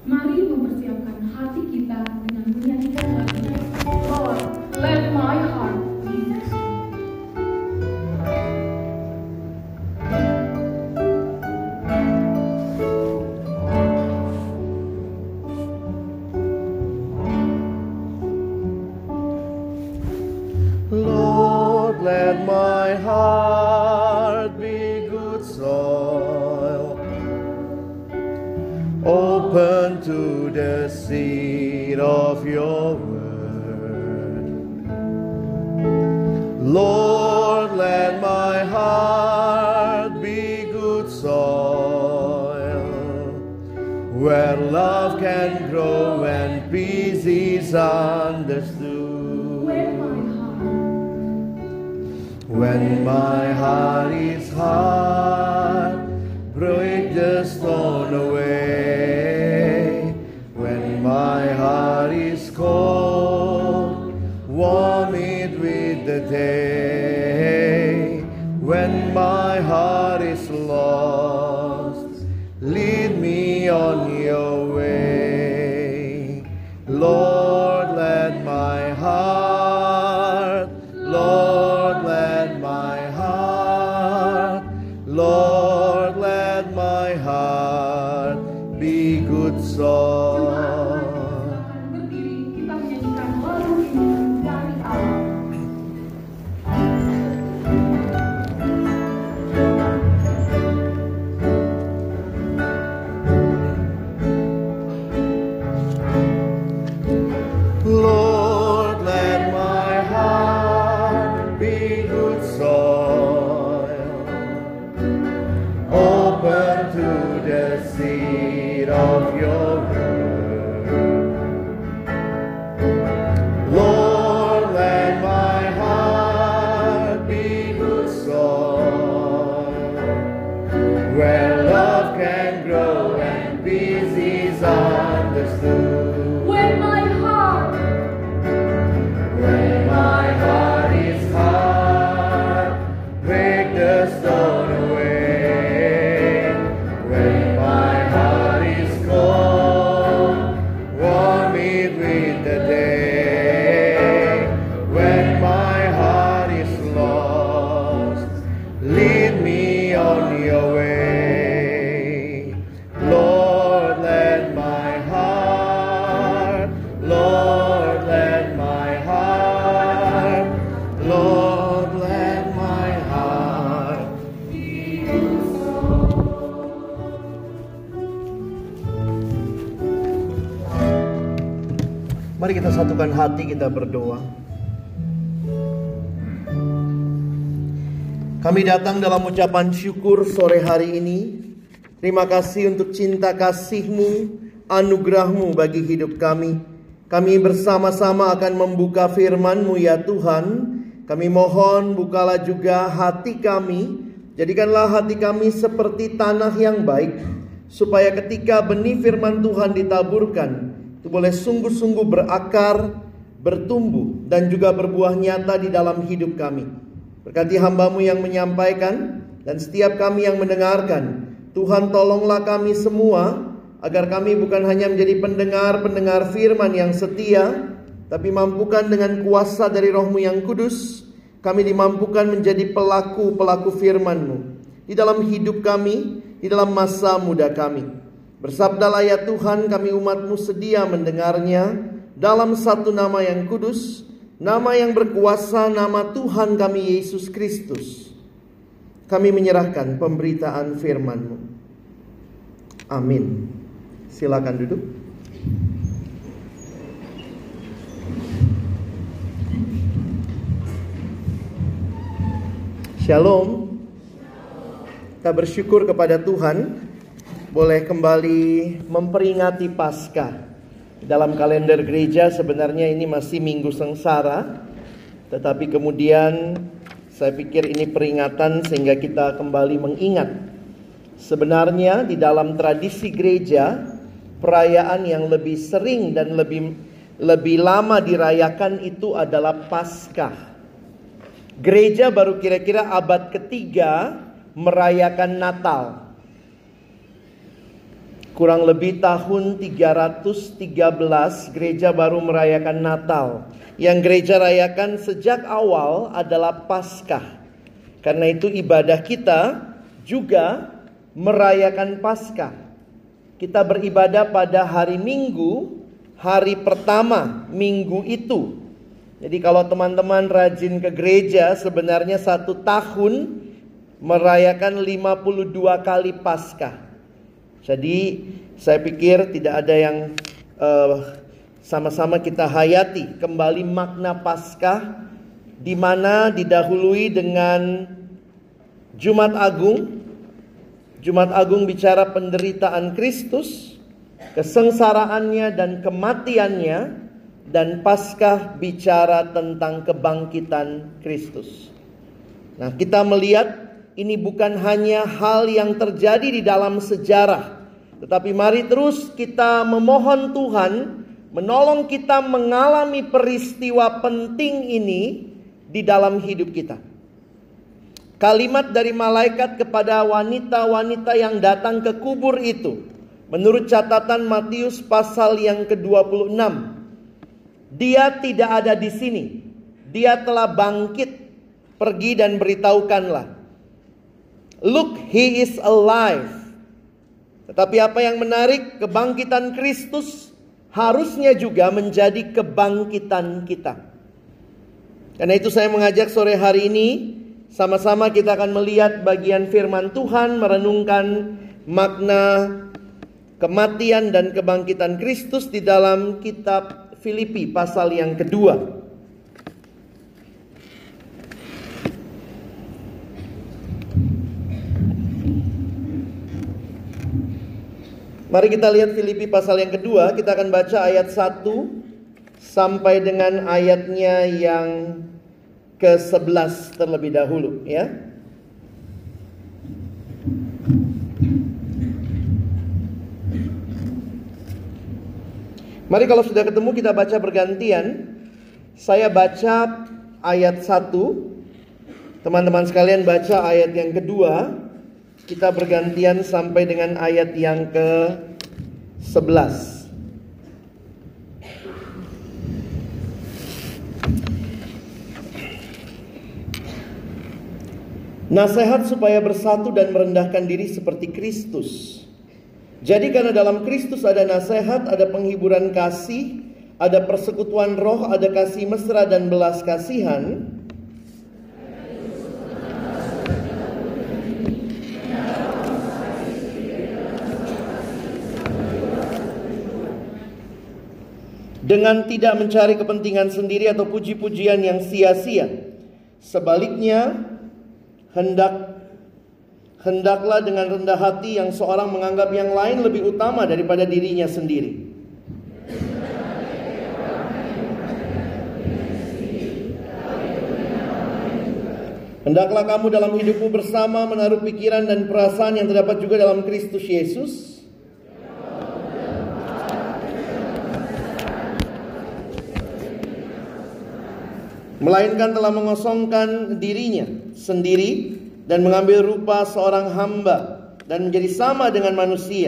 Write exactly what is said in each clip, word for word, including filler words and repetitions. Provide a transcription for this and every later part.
Mari mempersiapkan hati kita dengan menyanyikan lagu Lord, let my heart be good soil. Lord, let my heart be good soil, open to the seed of your word. Lord, let my heart be good soil, where love can grow and peace is understood. When my heart is hard, break the stone away. When my heart is cold, warm it with the day. When my heart is lost, lead me on your way. Lord, let my heart, Lord, let my heart, Lord, let my heart be good soil. Berdiri, kita menyanyikan lagu ini dari awal. Lord, let my heart be good soil, open to the seed of your word. Lord, let my heart be good soil, where love can grow and peace is understood. When my heart, When my heart is hard, break the stone away. When my heart is cold, warm it with the day. When my heart is lost, lead me on your way. Lord, let my heart, Lord, let my heart, Lord, let my heart be good soil. Mari kita satukan hati, kita berdoa. Kami datang dalam ucapan syukur sore hari ini. Terima kasih untuk cinta kasih-Mu, anugerah-Mu bagi hidup kami. Kami bersama-sama akan membuka firman-Mu ya Tuhan. Kami mohon bukalah juga hati kami. Jadikanlah hati kami seperti tanah yang baik, supaya ketika benih firman Tuhan ditaburkan, itu boleh sungguh-sungguh berakar, bertumbuh, dan juga berbuah nyata di dalam hidup kami. Berkati hamba-Mu yang menyampaikan, dan setiap kami yang mendengarkan. Tuhan, tolonglah kami semua, agar kami bukan hanya menjadi pendengar-pendengar firman yang setia, tapi mampukan dengan kuasa dari Roh-Mu yang kudus, kami dimampukan menjadi pelaku-pelaku firman-Mu di dalam hidup kami, di dalam masa muda kami. Bersabdalah ya Tuhan, kami umat-Mu sedia mendengarnya dalam satu nama yang kudus, nama yang berkuasa, nama Tuhan kami Yesus Kristus. Kami menyerahkan pemberitaan firman-Mu. Amin. Silakan duduk. Shalom. Kita bersyukur kepada Tuhan boleh kembali memperingati Paskah. Dalam kalender gereja sebenarnya ini masih Minggu Sengsara, tetapi kemudian saya pikir ini peringatan sehingga kita kembali mengingat. Sebenarnya di dalam tradisi gereja, perayaan yang lebih sering dan lebih lebih lama dirayakan itu adalah Paskah. Gereja baru kira-kira abad ketiga merayakan Natal. kurang lebih tahun tiga ratus tiga belas gereja baru merayakan Natal. Yang gereja rayakan sejak awal adalah Paskah. Karena itu ibadah kita juga merayakan Paskah. Kita beribadah pada hari Minggu, hari pertama minggu itu. Jadi kalau teman-teman rajin ke gereja, sebenarnya satu tahun merayakan lima puluh dua kali Paskah. Jadi saya pikir tidak ada yang uh, sama-sama kita hayati kembali makna Paskah, di mana didahului dengan Jumat Agung. Jumat Agung bicara penderitaan Kristus, kesengsaraannya dan kematiannya, dan Paskah bicara tentang kebangkitan Kristus. Nah, kita melihat ini bukan hanya hal yang terjadi di dalam sejarah, tetapi mari terus kita memohon Tuhan menolong kita mengalami peristiwa penting ini di dalam hidup kita. Kalimat dari malaikat kepada wanita-wanita yang datang ke kubur itu, menurut catatan Matius pasal yang ke dua puluh enam, dia tidak ada di sini, dia telah bangkit, pergi dan beritahukanlah. Look, he is alive. Tetapi apa yang menarik, kebangkitan Kristus harusnya juga menjadi kebangkitan kita. Karena itu saya mengajak sore hari ini, sama-sama kita akan melihat bagian firman Tuhan, merenungkan makna kematian dan kebangkitan Kristus di dalam kitab Filipi pasal yang kedua. Mari kita lihat Filipi pasal yang kedua. Kita akan baca ayat satu sampai dengan ayatnya yang ke sebelas terlebih dahulu, ya. Mari kalau sudah ketemu kita baca bergantian. Saya baca ayat satu, teman-teman sekalian baca ayat yang kedua. Kita bergantian sampai dengan ayat yang ke sebelas. Nasihat supaya bersatu dan merendahkan diri seperti Kristus. Jadi karena dalam Kristus ada nasihat, ada penghiburan kasih, ada persekutuan roh, ada kasih mesra dan belas kasihan. Dengan tidak mencari kepentingan sendiri atau puji-pujian yang sia-sia. Sebaliknya, hendak hendaklah dengan rendah hati yang seorang menganggap yang lain lebih utama daripada dirinya sendiri. Hendaklah kamu dalam hidupmu bersama menaruh pikiran dan perasaan yang terdapat juga dalam Kristus Yesus. Melainkan telah mengosongkan dirinya sendiri dan mengambil rupa seorang hamba dan menjadi sama dengan manusia.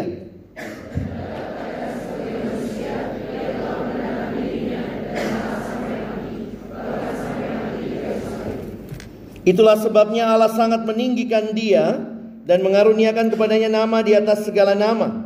Itulah sebabnya Allah sangat meninggikan dia dan mengaruniakan kepadanya nama di atas segala nama.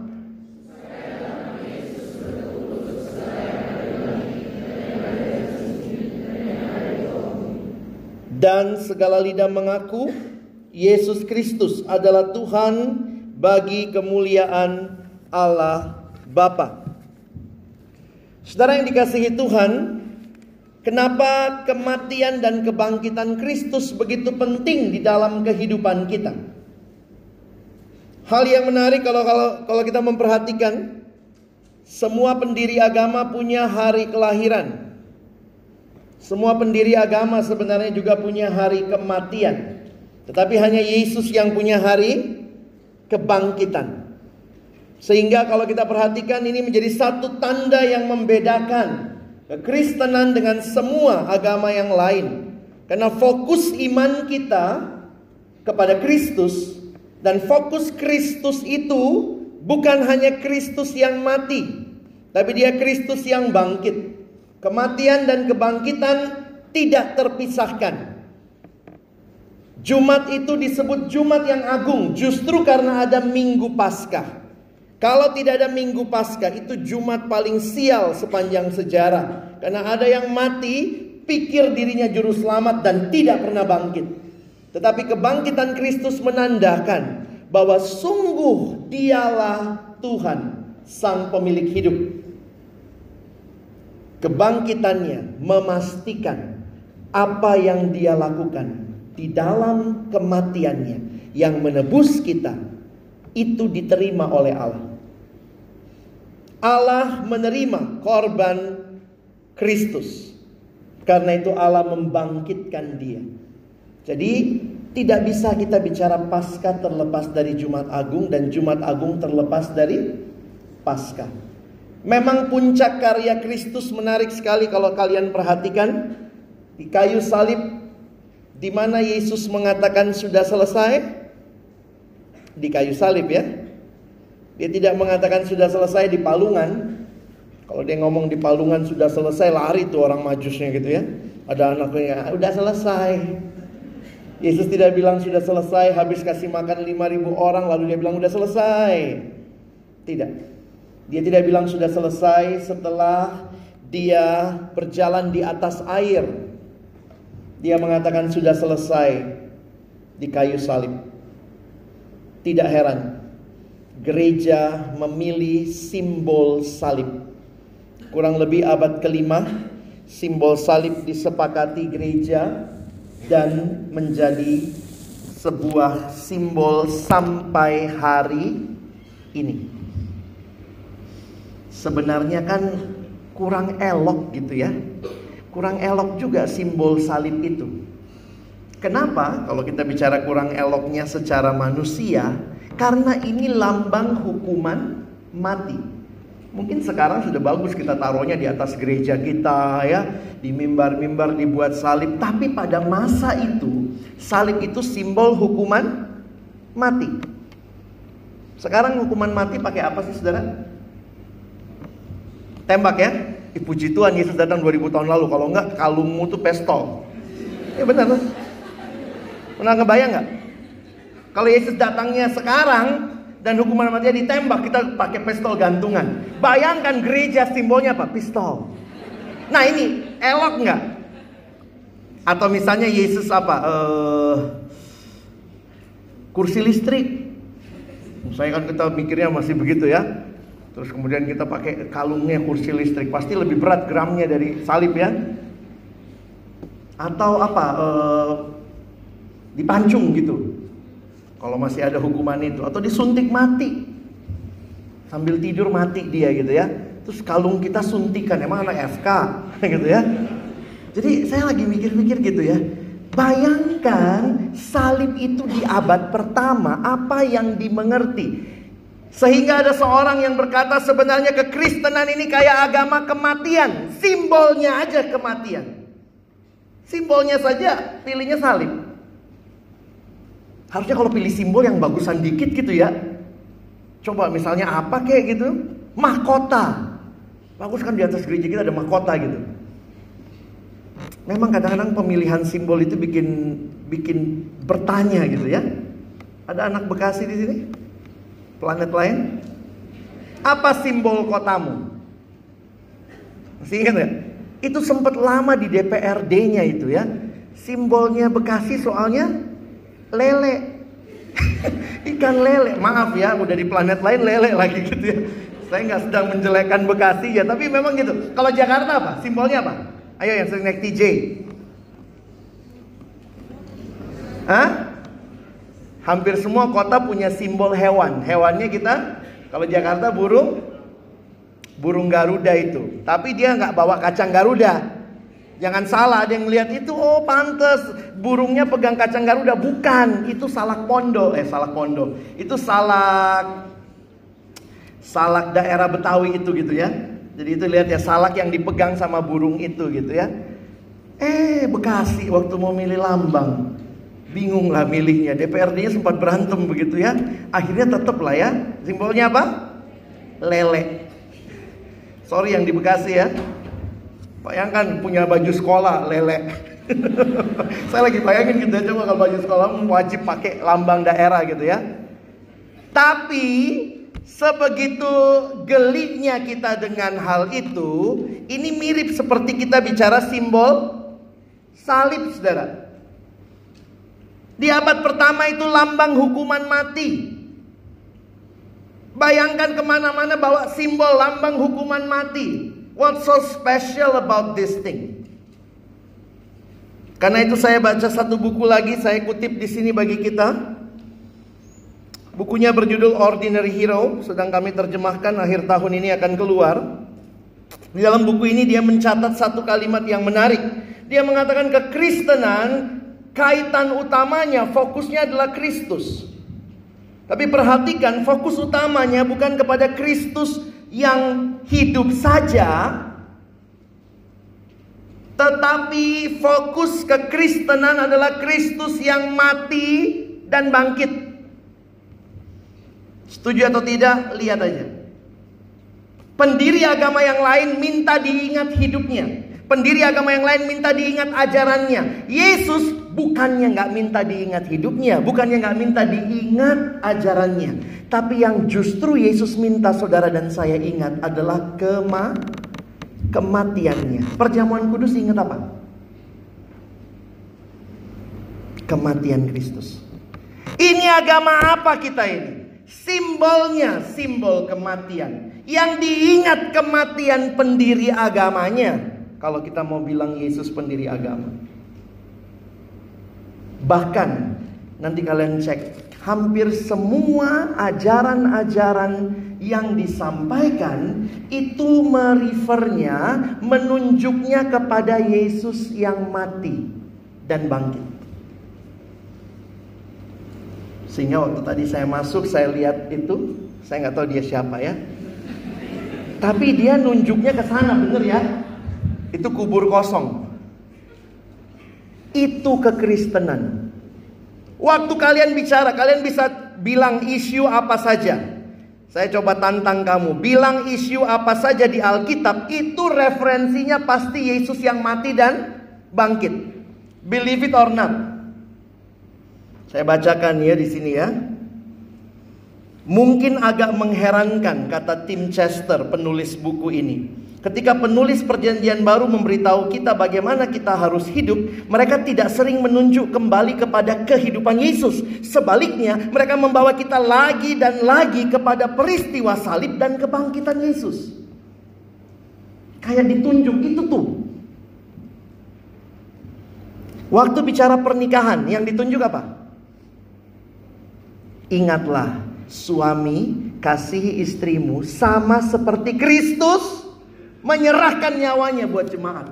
Dan segala lidah mengaku Yesus Kristus adalah Tuhan bagi kemuliaan Allah Bapa. Saudara yang dikasihi Tuhan, kenapa kematian dan kebangkitan Kristus begitu penting di dalam kehidupan kita? Hal yang menarik kalau kalau kalau kita memperhatikan, semua pendiri agama punya hari kelahiran. Semua pendiri agama sebenarnya juga punya hari kematian. Tetapi hanya Yesus yang punya hari kebangkitan. Sehingga kalau kita perhatikan ini menjadi satu tanda yang membedakan kekristenan dengan semua agama yang lain. Karena fokus iman kita kepada Kristus, dan fokus Kristus itu Bukan hanya Kristus yang mati, tapi dia Kristus yang bangkit. Kematian dan kebangkitan tidak terpisahkan. Jumat itu disebut Jumat yang agung justru karena ada Minggu Paskah. Kalau tidak ada Minggu Paskah, itu Jumat paling sial sepanjang sejarah. Karena ada yang mati, pikir dirinya juru selamat dan tidak pernah bangkit. Tetapi kebangkitan Kristus menandakan bahwa sungguh dialah Tuhan, sang pemilik hidup. Kebangkitannya memastikan apa yang dia lakukan di dalam kematiannya yang menebus kita, itu diterima oleh Allah. Allah menerima korban Kristus. Karena itu Allah membangkitkan dia. Jadi tidak bisa kita bicara Paskah terlepas dari Jumat Agung dan Jumat Agung terlepas dari Paskah. Memang puncak karya Kristus menarik sekali kalau kalian perhatikan di kayu salib, di mana Yesus mengatakan sudah selesai. Di kayu salib ya. Dia tidak mengatakan sudah selesai di palungan. Kalau dia ngomong di palungan sudah selesai, lari tuh orang majusnya gitu ya. Ada anaknya, udah selesai. Yesus tidak bilang sudah selesai, habis kasih makan lima ribu orang lalu dia bilang udah selesai. Tidak. Dia tidak bilang sudah selesai setelah dia berjalan di atas air. Dia mengatakan sudah selesai di kayu salib. Tidak heran, gereja memilih simbol salib. Kurang lebih abad kelima, simbol salib disepakati gereja dan menjadi sebuah simbol sampai hari ini. Sebenarnya kan kurang elok gitu ya. Kurang elok juga simbol salib itu. Kenapa? Kalau kita bicara kurang eloknya secara manusia, karena ini lambang hukuman mati. Mungkin sekarang sudah bagus kita taruhnya di atas gereja kita ya, di mimbar-mimbar dibuat salib. Tapi pada masa itu, salib itu simbol hukuman mati. Sekarang hukuman mati pakai apa sih saudara? Tembak ya. Eh, puji Tuhan Yesus datang dua ribu tahun lalu. Kalau enggak kalungmu tuh pistol. Ya benar loh. Pernah ngebayang gak? Kalau Yesus datangnya sekarang dan hukuman matinya ditembak, kita pakai pistol gantungan. Bayangkan gereja simbolnya apa? Pistol. Nah ini elok nggak? Atau misalnya Yesus apa? Uh, kursi listrik. Saya kan kita mikirnya masih begitu ya. Terus kemudian kita pakai kalungnya kursi listrik. Pasti lebih berat gramnya dari salib ya. Atau apa? Uh, dipancung gitu. Kalau masih ada hukuman itu. Atau disuntik mati. Sambil tidur mati dia gitu ya. Terus kalung kita suntikan. Emang anak F K gitu ya. Jadi saya lagi mikir-mikir gitu ya. Bayangkan salib itu di abad pertama. Apa yang dimengerti. Sehingga ada seorang yang berkata sebenarnya kekristenan ini kayak agama kematian. Simbolnya aja kematian. Simbolnya saja pilihnya salib. Harusnya kalau pilih simbol yang bagusan dikit gitu ya. Coba misalnya apa kayak gitu. Mahkota. Bagus kan di atas gereja kita ada mahkota gitu. Memang kadang-kadang pemilihan simbol itu bikin bikin bertanya gitu ya. Ada anak Bekasi di sini? Planet lain? Apa simbol kotamu? Masih ingat ya? Itu sempat lama di D P R D-nya itu ya. Simbolnya Bekasi soalnya lele. Ikan lele. Maaf ya, udah di planet lain lele lagi gitu ya. Saya nggak sedang menjelekkan Bekasi ya, tapi memang gitu. Kalau Jakarta apa? Simbolnya apa? Ayo yang sering naik T J. Hah? Hampir semua kota punya simbol hewan. Hewannya kita, kalau Jakarta burung, burung Garuda itu. Tapi dia nggak bawa kacang Garuda. Jangan salah, ada yang melihat itu, oh pantes burungnya pegang kacang Garuda. Bukan, itu salak pondo. Eh salak pondo. Itu salak salak daerah Betawi itu gitu ya. Jadi itu lihat ya, salak yang dipegang sama burung itu gitu ya. Eh Bekasi waktu mau milih lambang, Bingung lah milihnya. D P R D-nya sempat berantem begitu ya. Akhirnya tetap lah ya. Simbolnya apa? Lele. Sorry yang di Bekasi ya. Bayangkan punya baju sekolah lele. Saya lagi bayangin gitu ya. Coba kalau baju sekolah wajib pakai lambang daerah gitu ya. Tapi sebegitu geliknya kita dengan hal itu, ini mirip seperti kita bicara simbol salib, saudara. Di abad pertama itu lambang hukuman mati. Bayangkan kemana-mana bawa simbol lambang hukuman mati. What's so special about this thing? Karena itu saya baca satu buku lagi, saya kutip di sini bagi kita. Bukunya berjudul Ordinary Hero, sedang kami terjemahkan, akhir tahun ini akan keluar. Di dalam buku ini dia mencatat satu kalimat yang menarik. Dia mengatakan kekristenan kaitan utamanya, fokusnya adalah Kristus. Tapi perhatikan, fokus utamanya bukan kepada Kristus yang hidup saja, tetapi fokus kekristenan adalah Kristus yang mati dan bangkit. Setuju atau tidak? Lihat aja. Pendiri agama yang lain minta diingat hidupnya. Pendiri agama yang lain minta diingat ajarannya. Yesus bukannya nggak minta diingat hidupnya, bukannya nggak minta diingat ajarannya, tapi yang justru Yesus minta saudara dan saya ingat adalah kema kematiannya. Perjamuan kudus ingat apa? Kematian Kristus. Ini agama apa kita ini? Simbolnya simbol kematian. Yang diingat kematian pendiri agamanya. Kalau kita mau bilang Yesus pendiri agama. Bahkan nanti kalian cek, hampir semua ajaran-ajaran yang disampaikan itu merefernya, menunjuknya kepada Yesus yang mati dan bangkit. Sehingga waktu tadi saya masuk, saya lihat itu, saya nggak tahu dia siapa ya, tapi dia nunjuknya ke sana, bener ya? Itu kubur kosong. Itu kekristenan. Waktu kalian bicara, kalian bisa bilang isu apa saja. Saya coba tantang kamu, bilang isu apa saja di Alkitab, itu referensinya pasti Yesus yang mati dan bangkit. Believe it or not. Saya bacakan ya di sini ya. Mungkin agak mengherankan, kata Tim Chester, penulis buku ini. Ketika penulis Perjanjian Baru memberitahu kita bagaimana kita harus hidup, mereka tidak sering menunjuk kembali kepada kehidupan Yesus. Sebaliknya, mereka membawa kita lagi dan lagi kepada peristiwa salib dan kebangkitan Yesus. Kayak ditunjuk itu tuh. Waktu bicara pernikahan, yang ditunjuk apa? Ingatlah, suami kasihi istrimu sama seperti Kristus menyerahkan nyawanya buat jemaat.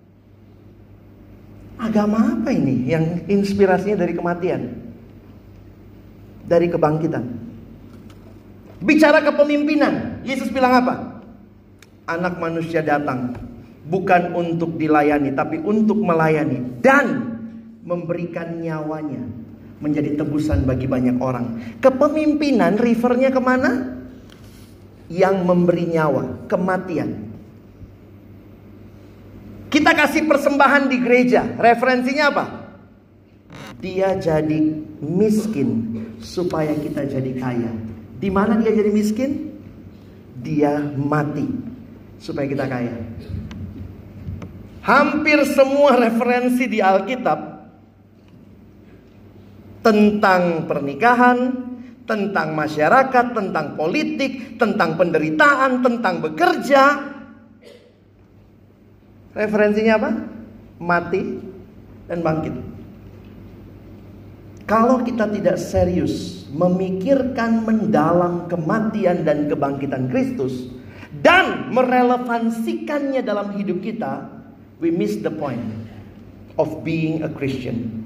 Agama apa ini yang inspirasinya dari kematian, dari kebangkitan? Bicara kepemimpinan, Yesus bilang apa? Anak manusia datang bukan untuk dilayani, tapi untuk melayani dan memberikan nyawanya menjadi tebusan bagi banyak orang. Kepemimpinan refernya kemana? Yang memberi nyawa, kematian. Kita kasih persembahan di gereja, referensinya apa? Dia jadi miskin supaya kita jadi kaya. Di mana dia jadi miskin? Dia mati supaya kita kaya. Hampir semua referensi di Alkitab tentang pernikahan, tentang masyarakat, tentang politik, tentang penderitaan, tentang bekerja, referensinya apa? Mati dan bangkit. Kalau kita tidak serius memikirkan mendalam kematian dan kebangkitan Kristus dan merelevansikannya dalam hidup kita, we miss the point of being a Christian.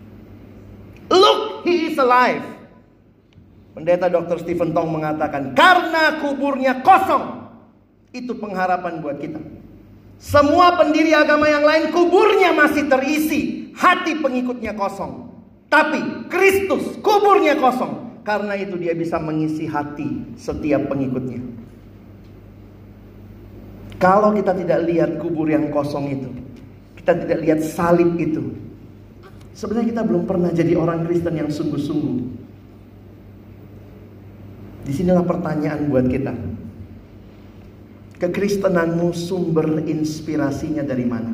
Look, he is alive. Pendeta Doktor Stephen Tong mengatakan, karena kuburnya kosong, itu pengharapan buat kita. Semua pendiri agama yang lain kuburnya masih terisi, hati pengikutnya kosong. Tapi Kristus kuburnya kosong. Karena itu dia bisa mengisi hati setiap pengikutnya. Kalau kita tidak lihat kubur yang kosong itu, kita tidak lihat salib itu, sebenarnya kita belum pernah jadi orang Kristen yang sungguh-sungguh. Disinilah pertanyaan buat kita. Kekristenanmu sumber inspirasinya dari mana?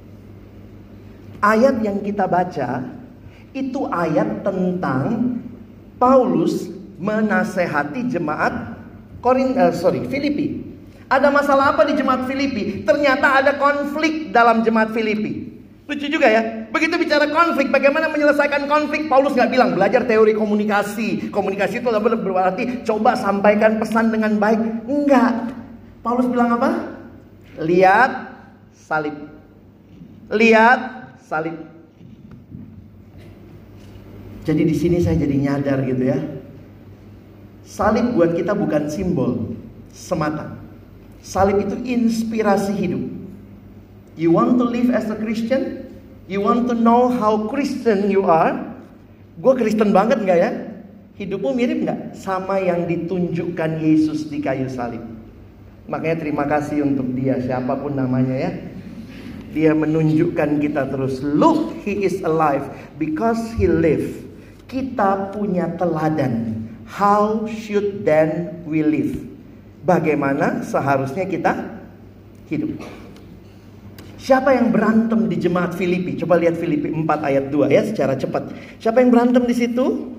Ayat yang kita baca itu ayat tentang Paulus menasehati jemaat Korin, uh, sorry, Filipi. Ada masalah apa di jemaat Filipi? Ternyata ada konflik dalam jemaat Filipi. Lucu juga ya. Begitu bicara konflik, bagaimana menyelesaikan konflik? Paulus nggak bilang belajar teori komunikasi. Komunikasi itu berarti coba sampaikan pesan dengan baik. Enggak. Paulus bilang apa? Lihat salib. Lihat salib. Jadi di sini saya jadi nyadar gitu ya. Salib buat kita bukan simbol semata. Salib itu inspirasi hidup. You want to live as a Christian? You want to know how Christian you are? Gue Kristen banget gak ya? Hidupmu mirip gak sama yang ditunjukkan Yesus di kayu salib? Makanya terima kasih untuk dia, siapapun namanya ya. Dia menunjukkan kita terus. Look, he is alive because he lived. Kita punya teladan. How should then we live? Bagaimana seharusnya kita hidup? Siapa yang berantem di jemaat Filipi? Coba lihat Filipi empat ayat dua ya secara cepat. Siapa yang berantem di situ?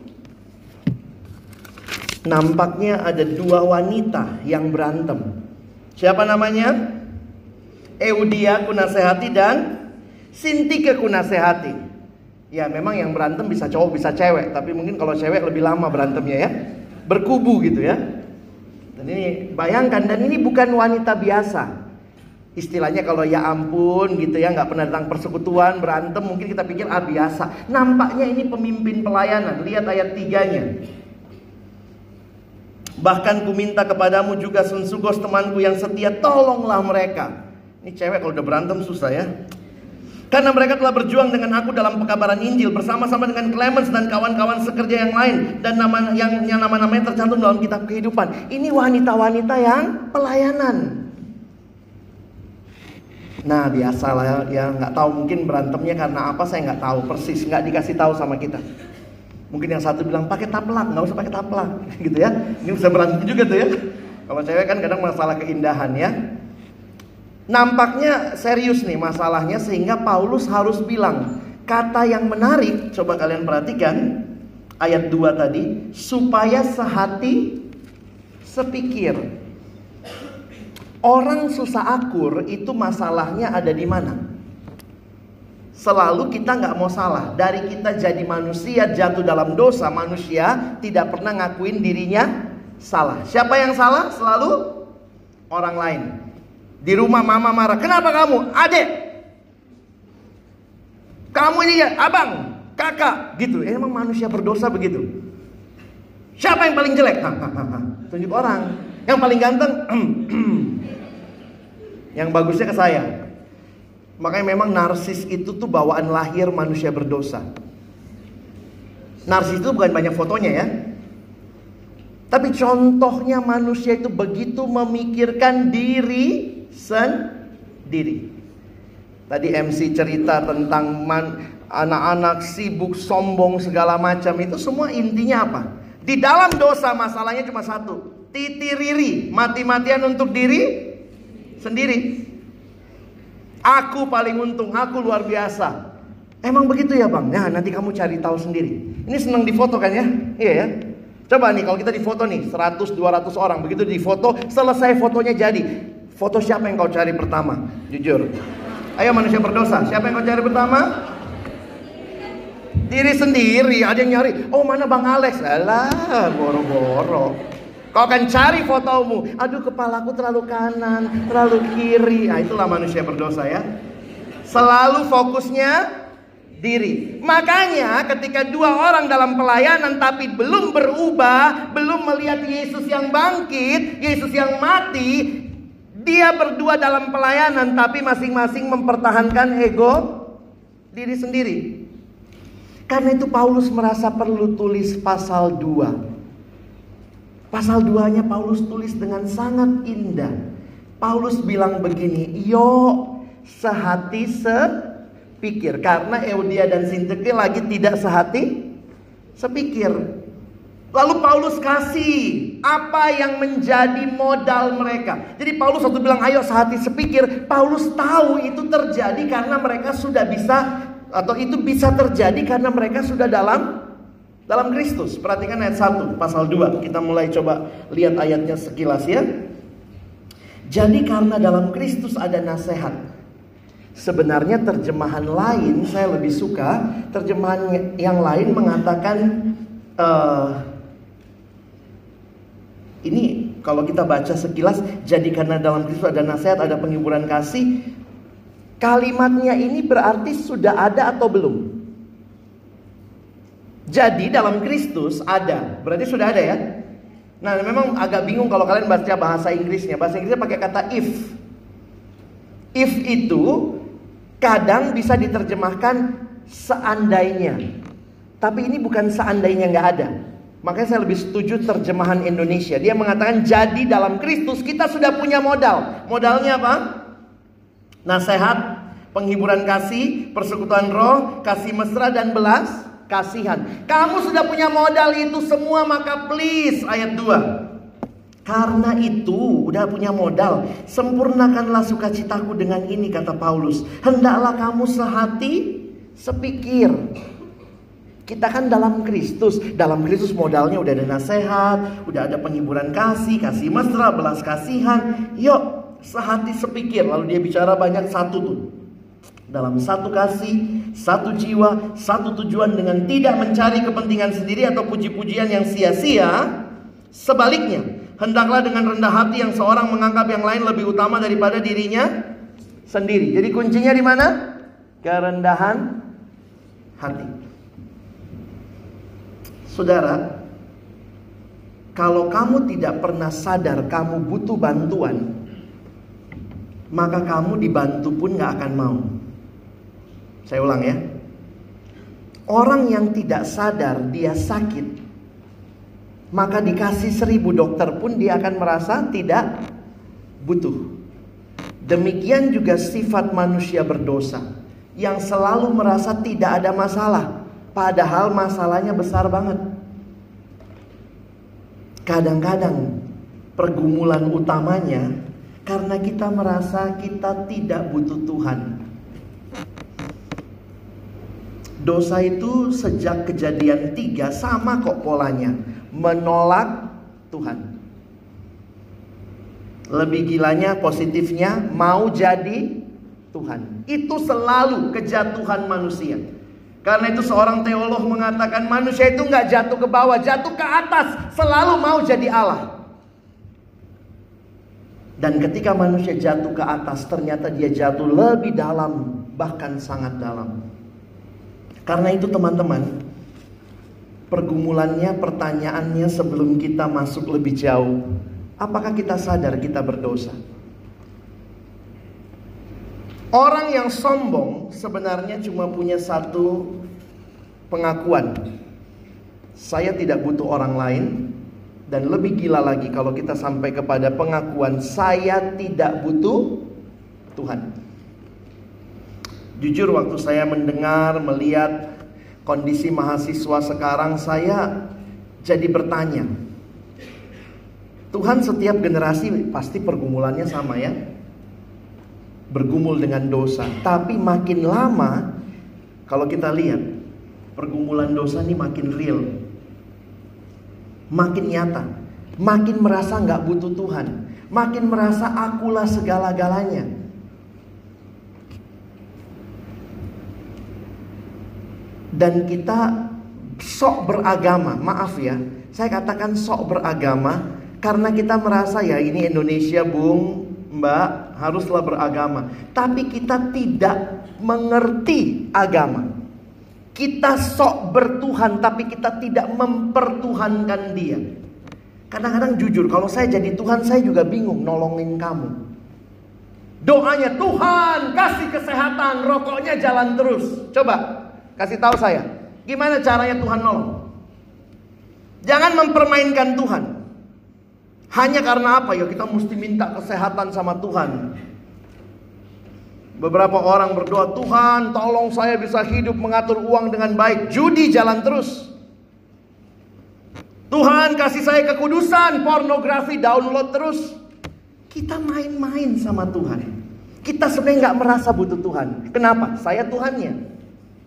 Nampaknya ada dua wanita yang berantem. Siapa namanya? Eudia kunasehati dan Sintike kunasehati. Ya memang yang berantem bisa cowok bisa cewek. Tapi mungkin kalau cewek lebih lama berantemnya ya. Berkubu gitu ya. Dan ini bayangkan, dan ini bukan wanita biasa. Istilahnya kalau ya ampun gitu ya, nggak pernah datang persekutuan, berantem, mungkin kita pikir ah biasa. Nampaknya ini pemimpin pelayanan. Lihat ayat tiganya. Bahkan ku minta kepadamu juga Sensugos temanku yang setia, tolonglah mereka. Ini cewek kalau udah berantem susah ya. Karena mereka telah berjuang dengan aku dalam pekabaran Injil bersama-sama dengan Clemens dan kawan-kawan sekerja yang lain, dan nama yang, yang nama-namanya tercantum dalam kitab kehidupan. Ini wanita-wanita yang pelayanan. Nah biasalah ya, nggak tahu mungkin berantemnya karena apa, saya nggak tahu persis, nggak dikasih tahu sama kita. Mungkin yang satu bilang pakai taplak, nggak usah pakai taplak, gitu ya. Ini bisa berantem juga tuh ya. Kalau cewek kan kadang masalah keindahan ya. Nampaknya serius nih masalahnya, sehingga Paulus harus bilang kata yang menarik. Coba kalian perhatikan ayat dua tadi, supaya sehati sepikir. Orang susah akur itu masalahnya ada di mana? Selalu kita nggak mau salah. Dari kita jadi manusia jatuh dalam dosa, manusia tidak pernah ngakuin dirinya salah. Siapa yang salah? Selalu orang lain. Di rumah mama marah, kenapa kamu? Adek, kamu ini ya, abang, kakak, gitu. Eh, emang manusia berdosa begitu. Siapa yang paling jelek? Tunjuk orang. Yang paling ganteng, yang bagusnya ke saya. Makanya memang narsis itu tuh bawaan lahir manusia berdosa. Narsis itu bukan banyak fotonya ya, tapi contohnya manusia itu begitu memikirkan diri sendiri. Tadi M C cerita tentang man, anak-anak sibuk, sombong, segala macam. Itu semua intinya apa? Di dalam dosa masalahnya cuma satu, titiriri, mati-matian untuk diri sendiri. Aku paling untung, aku luar biasa. Emang begitu ya bang? Nah nanti kamu cari tahu sendiri. Ini senang difoto kan ya? Iya ya. Coba nih kalau kita difoto nih seratus dua ratus orang, begitu difoto, selesai fotonya jadi, foto siapa yang kau cari pertama? Jujur. Ayo manusia berdosa, siapa yang kau cari pertama? Diri sendiri. Ada yang nyari, oh mana Bang Alex? Alah, boro-boro. Kau akan cari fotomu. Aduh kepalaku terlalu kanan, terlalu kiri. Nah itulah manusia berdosa ya. Selalu fokusnya diri. Makanya ketika dua orang dalam pelayanan tapi belum berubah, belum melihat Yesus yang bangkit, Yesus yang mati, dia berdua dalam pelayanan tapi masing-masing mempertahankan ego diri sendiri. Karena itu Paulus merasa perlu tulis pasal dua. Pasal dua-nya Paulus tulis dengan sangat indah. Paulus bilang begini, yo sehati sepikir. Karena Euodia dan Sintyke lagi tidak sehati sepikir. Lalu Paulus kasih apa yang menjadi modal mereka. Jadi Paulus waktu bilang ayo sehati sepikir, Paulus tahu itu terjadi karena mereka sudah bisa, atau itu bisa terjadi karena mereka sudah dalam dalam Kristus. Perhatikan ayat satu pasal dua. Kita mulai coba lihat ayatnya sekilas ya. Jadi karena dalam Kristus ada nasihat. Sebenarnya terjemahan lain saya lebih suka. Terjemahan yang lain mengatakan uh, ini kalau kita baca sekilas, jadi karena dalam Kristus ada nasihat, ada penghiburan kasih. Kalimatnya ini berarti sudah ada atau belum? Jadi dalam Kristus ada, berarti sudah ada ya. Nah memang agak bingung kalau kalian baca bahasa Inggrisnya. Bahasa Inggrisnya pakai kata if. If itu kadang bisa diterjemahkan seandainya. Tapi ini bukan seandainya nggak ada. Makanya saya lebih setuju terjemahan Indonesia. Dia mengatakan jadi dalam Kristus kita sudah punya modal. Modalnya apa? Nasihat, penghiburan kasih, persekutuan roh, kasih mesra dan belas kasihan. Kamu sudah punya modal itu semua, maka please ayat dua. Karena itu udah punya modal, sempurnakanlah sukacitaku dengan ini, kata Paulus. Hendaklah kamu sehati sepikir. Kita kan dalam Kristus. Dalam Kristus modalnya udah ada nasihat, udah ada penghiburan kasih, kasih mesra, belas kasihan. Yuk sehati sepikir. Lalu dia bicara banyak satu tuh. Dalam satu kasih, satu jiwa, satu tujuan, dengan tidak mencari kepentingan sendiri atau puji-pujian yang sia-sia. Sebaliknya, hendaklah dengan rendah hati yang seorang menganggap yang lain lebih utama daripada dirinya sendiri. Jadi kuncinya di mana? Kerendahan hati. Saudara, kalau kamu tidak pernah sadar kamu butuh bantuan, maka kamu dibantu pun gak akan mau. Saya ulang ya. Orang yang tidak sadar dia sakit, maka dikasih seribu dokter pun dia akan merasa tidak butuh. Demikian juga sifat manusia berdosa, yang selalu merasa tidak ada masalah, padahal masalahnya besar banget. Kadang-kadang pergumulan utamanya karena kita merasa kita tidak butuh Tuhan. Dosa itu sejak Kejadian tiga sama kok polanya. Menolak Tuhan. Lebih gilanya positifnya mau jadi Tuhan. Itu selalu kejatuhan manusia. Karena itu seorang teolog mengatakan manusia itu gak jatuh ke bawah, jatuh ke atas. Selalu mau jadi Allah. Dan ketika manusia jatuh ke atas, ternyata dia jatuh lebih dalam, bahkan sangat dalam. Karena itu teman-teman, pergumulannya, pertanyaannya sebelum kita masuk lebih jauh, apakah kita sadar kita berdosa? Orang yang sombong sebenarnya cuma punya satu pengakuan. Saya tidak butuh orang lain. Dan lebih gila lagi kalau kita sampai kepada pengakuan saya tidak butuh Tuhan. Jujur waktu saya mendengar, melihat kondisi mahasiswa sekarang, saya jadi bertanya. Tuhan setiap generasi pasti pergumulannya sama ya. Bergumul dengan dosa. Tapi makin lama kalau kita lihat pergumulan dosa ini makin real. Makin nyata. Makin merasa gak butuh Tuhan. Makin merasa akulah segala-galanya. Dan kita sok beragama. Maaf ya, saya katakan sok beragama karena kita merasa ya ini Indonesia bung, mbak, haruslah beragama. Tapi kita tidak mengerti agama. Kita sok bertuhan tapi kita tidak mempertuhankan dia. Kadang-kadang jujur, kalau saya jadi Tuhan saya juga bingung nolongin kamu. Doanya Tuhan kasih kesehatan, rokoknya jalan terus. Coba kasih tahu saya, Gimana caranya Tuhan nolong? Jangan mempermainkan Tuhan. Hanya karena apa ya kita mesti minta kesehatan sama Tuhan. Beberapa orang berdoa, Tuhan tolong saya bisa hidup mengatur uang dengan baik. Judi jalan terus. Tuhan kasih saya kekudusan, pornografi download terus. Kita main-main sama Tuhan. Kita sebenarnya gak merasa butuh Tuhan. Kenapa? Saya Tuhannya.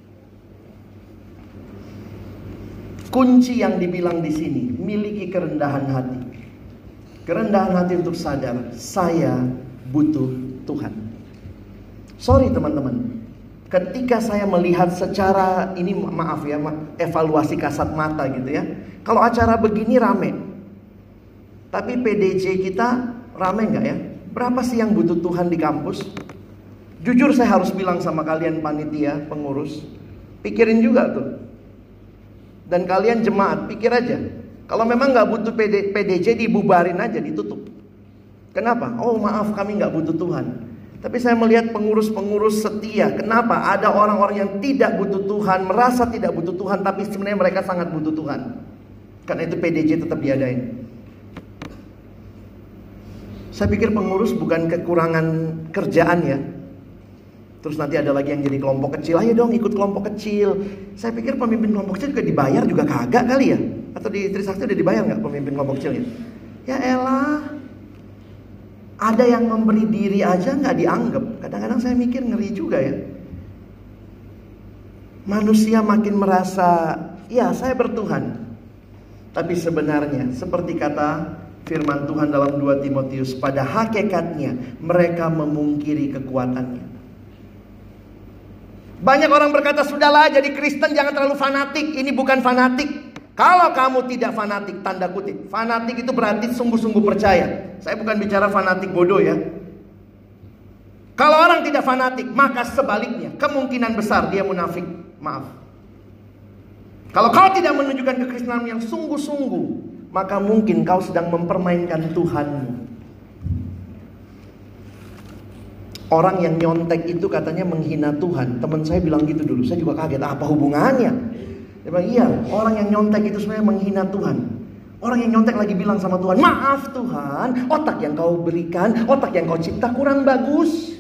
Kunci yang dibilang di sini, miliki kerendahan hati. Kerendahan hati untuk sadar, saya butuh Tuhan. Sorry teman-teman, ketika saya melihat secara, ini maaf ya, evaluasi kasat mata gitu ya. Kalau acara begini rame, tapi P D J kita rame nggak ya? Berapa sih yang butuh Tuhan di kampus? Jujur saya harus bilang sama kalian panitia, pengurus, pikirin juga tuh. Dan kalian jemaat, pikir aja. Kalau memang nggak butuh P D J, dibubarin aja, ditutup. Kenapa? Oh maaf, kami nggak butuh Tuhan. Tapi saya melihat pengurus-pengurus setia. Kenapa? Ada orang-orang yang tidak butuh Tuhan, merasa tidak butuh Tuhan, tapi sebenarnya mereka sangat butuh Tuhan. Karena itu P D J tetap diadain. Saya pikir pengurus bukan kekurangan kerjaan ya. Terus nanti ada lagi yang jadi kelompok kecil. Ayo dong ikut kelompok kecil. Saya pikir pemimpin kelompok kecil juga dibayar juga kagak kali ya. Atau di Trisakti udah dibayar gak pemimpin kelompok kecilnya? Ya elah. Ada yang memberi diri aja gak dianggap. Kadang-kadang saya mikir ngeri juga ya. Manusia makin merasa, ya saya bertuhan. Tapi sebenarnya seperti kata firman Tuhan dalam dua Timotius, pada hakikatnya mereka memungkiri kekuatannya. Banyak orang berkata, sudahlah jadi Kristen jangan terlalu fanatik. Ini bukan fanatik. Kalau kamu tidak fanatik, tanda kutip, fanatik itu berarti sungguh-sungguh percaya. Saya bukan bicara fanatik bodoh ya. Kalau orang tidak fanatik, maka sebaliknya kemungkinan besar dia munafik. Maaf. Kalau kau tidak menunjukkan kekristenan yang sungguh-sungguh, maka mungkin kau sedang mempermainkan Tuhanmu. Orang yang nyontek itu katanya menghina Tuhan. Teman saya bilang gitu dulu. Saya juga kaget, apa hubungannya? Dia bilang, iya, orang yang nyontek itu sebenarnya menghina Tuhan. Orang yang nyontek lagi bilang sama Tuhan, maaf Tuhan, otak yang kau berikan, otak yang kau cipta kurang bagus.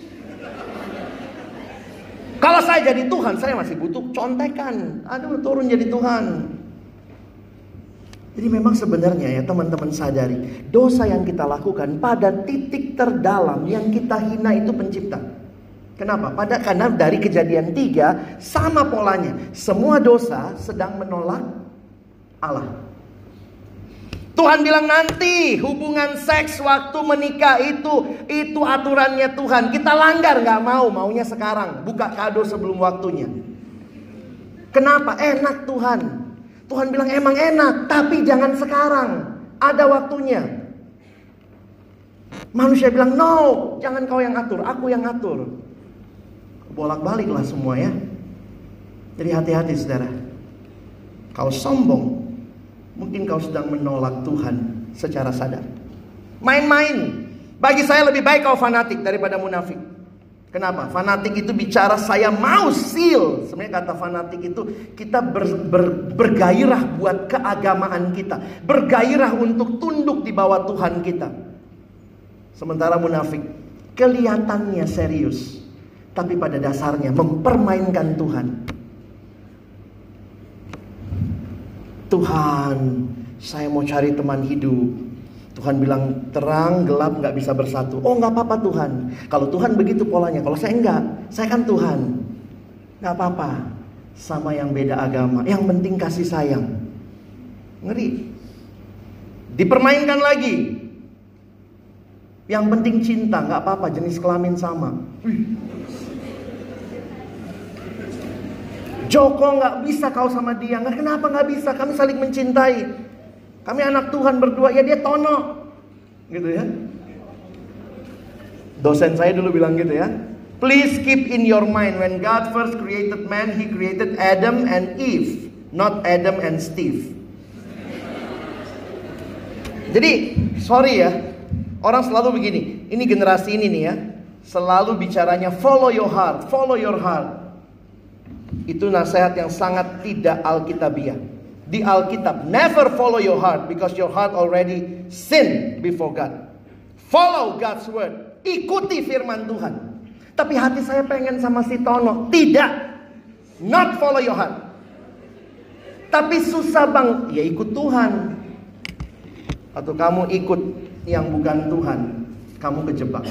Kalau saya jadi Tuhan, saya masih butuh contekan. Aduh, turun jadi Tuhan. Jadi memang sebenarnya ya teman-teman sadari, dosa yang kita lakukan pada titik terdalam yang kita hina itu pencipta. Kenapa? Pada karena dari Kejadian tiga sama polanya. Semua dosa sedang menolak Allah. Tuhan bilang nanti hubungan seks waktu menikah itu itu aturannya Tuhan. Kita langgar, nggak mau, maunya sekarang. Buka kado sebelum waktunya. Kenapa? Enak Tuhan. Tuhan bilang emang enak, tapi jangan sekarang. Ada waktunya. Manusia bilang no, jangan kau yang atur, aku yang atur. Bolak-balik lah semua ya. Jadi hati-hati saudara. Kau sombong, mungkin kau sedang menolak Tuhan secara sadar. Main-main. Bagi saya lebih baik kau fanatik daripada munafik. Kenapa? Fanatik itu bicara saya mau seal. Sebenarnya kata fanatik itu kita ber, ber, bergairah buat keagamaan kita. Bergairah untuk tunduk di bawah Tuhan kita. Sementara munafik kelihatannya serius, tapi pada dasarnya mempermainkan Tuhan. Tuhan, saya mau cari teman hidup. Tuhan bilang terang gelap gak bisa bersatu. Oh gak apa-apa Tuhan. Kalau Tuhan begitu polanya. Kalau saya enggak, saya kan Tuhan. Gak apa-apa. Sama yang beda agama. Yang penting kasih sayang. Ngeri. Dipermainkan lagi. Yang penting cinta. Gak apa-apa, jenis kelamin sama. Wih. Joko gak bisa kau sama dia. Kenapa gak bisa? Kami saling mencintai. Kami anak Tuhan berdua, ya dia tono. Gitu ya. Dosen saya dulu bilang gitu ya. Please keep in your mind, when God first created man, He created Adam and Eve, not Adam and Steve. Jadi, sorry ya. Orang selalu begini. Ini generasi ini nih ya. Selalu bicaranya follow your heart, follow your heart. Itu nasihat yang sangat tidak alkitabiah. Di Alkitab, never follow your heart because your heart already sin before God. Follow God's word. Ikuti firman Tuhan. Tapi hati saya pengen sama si Tono. Tidak. Not follow your heart. Tapi susah bang. Ya ikut Tuhan. Atau kamu ikut yang bukan Tuhan. Kamu kejebak.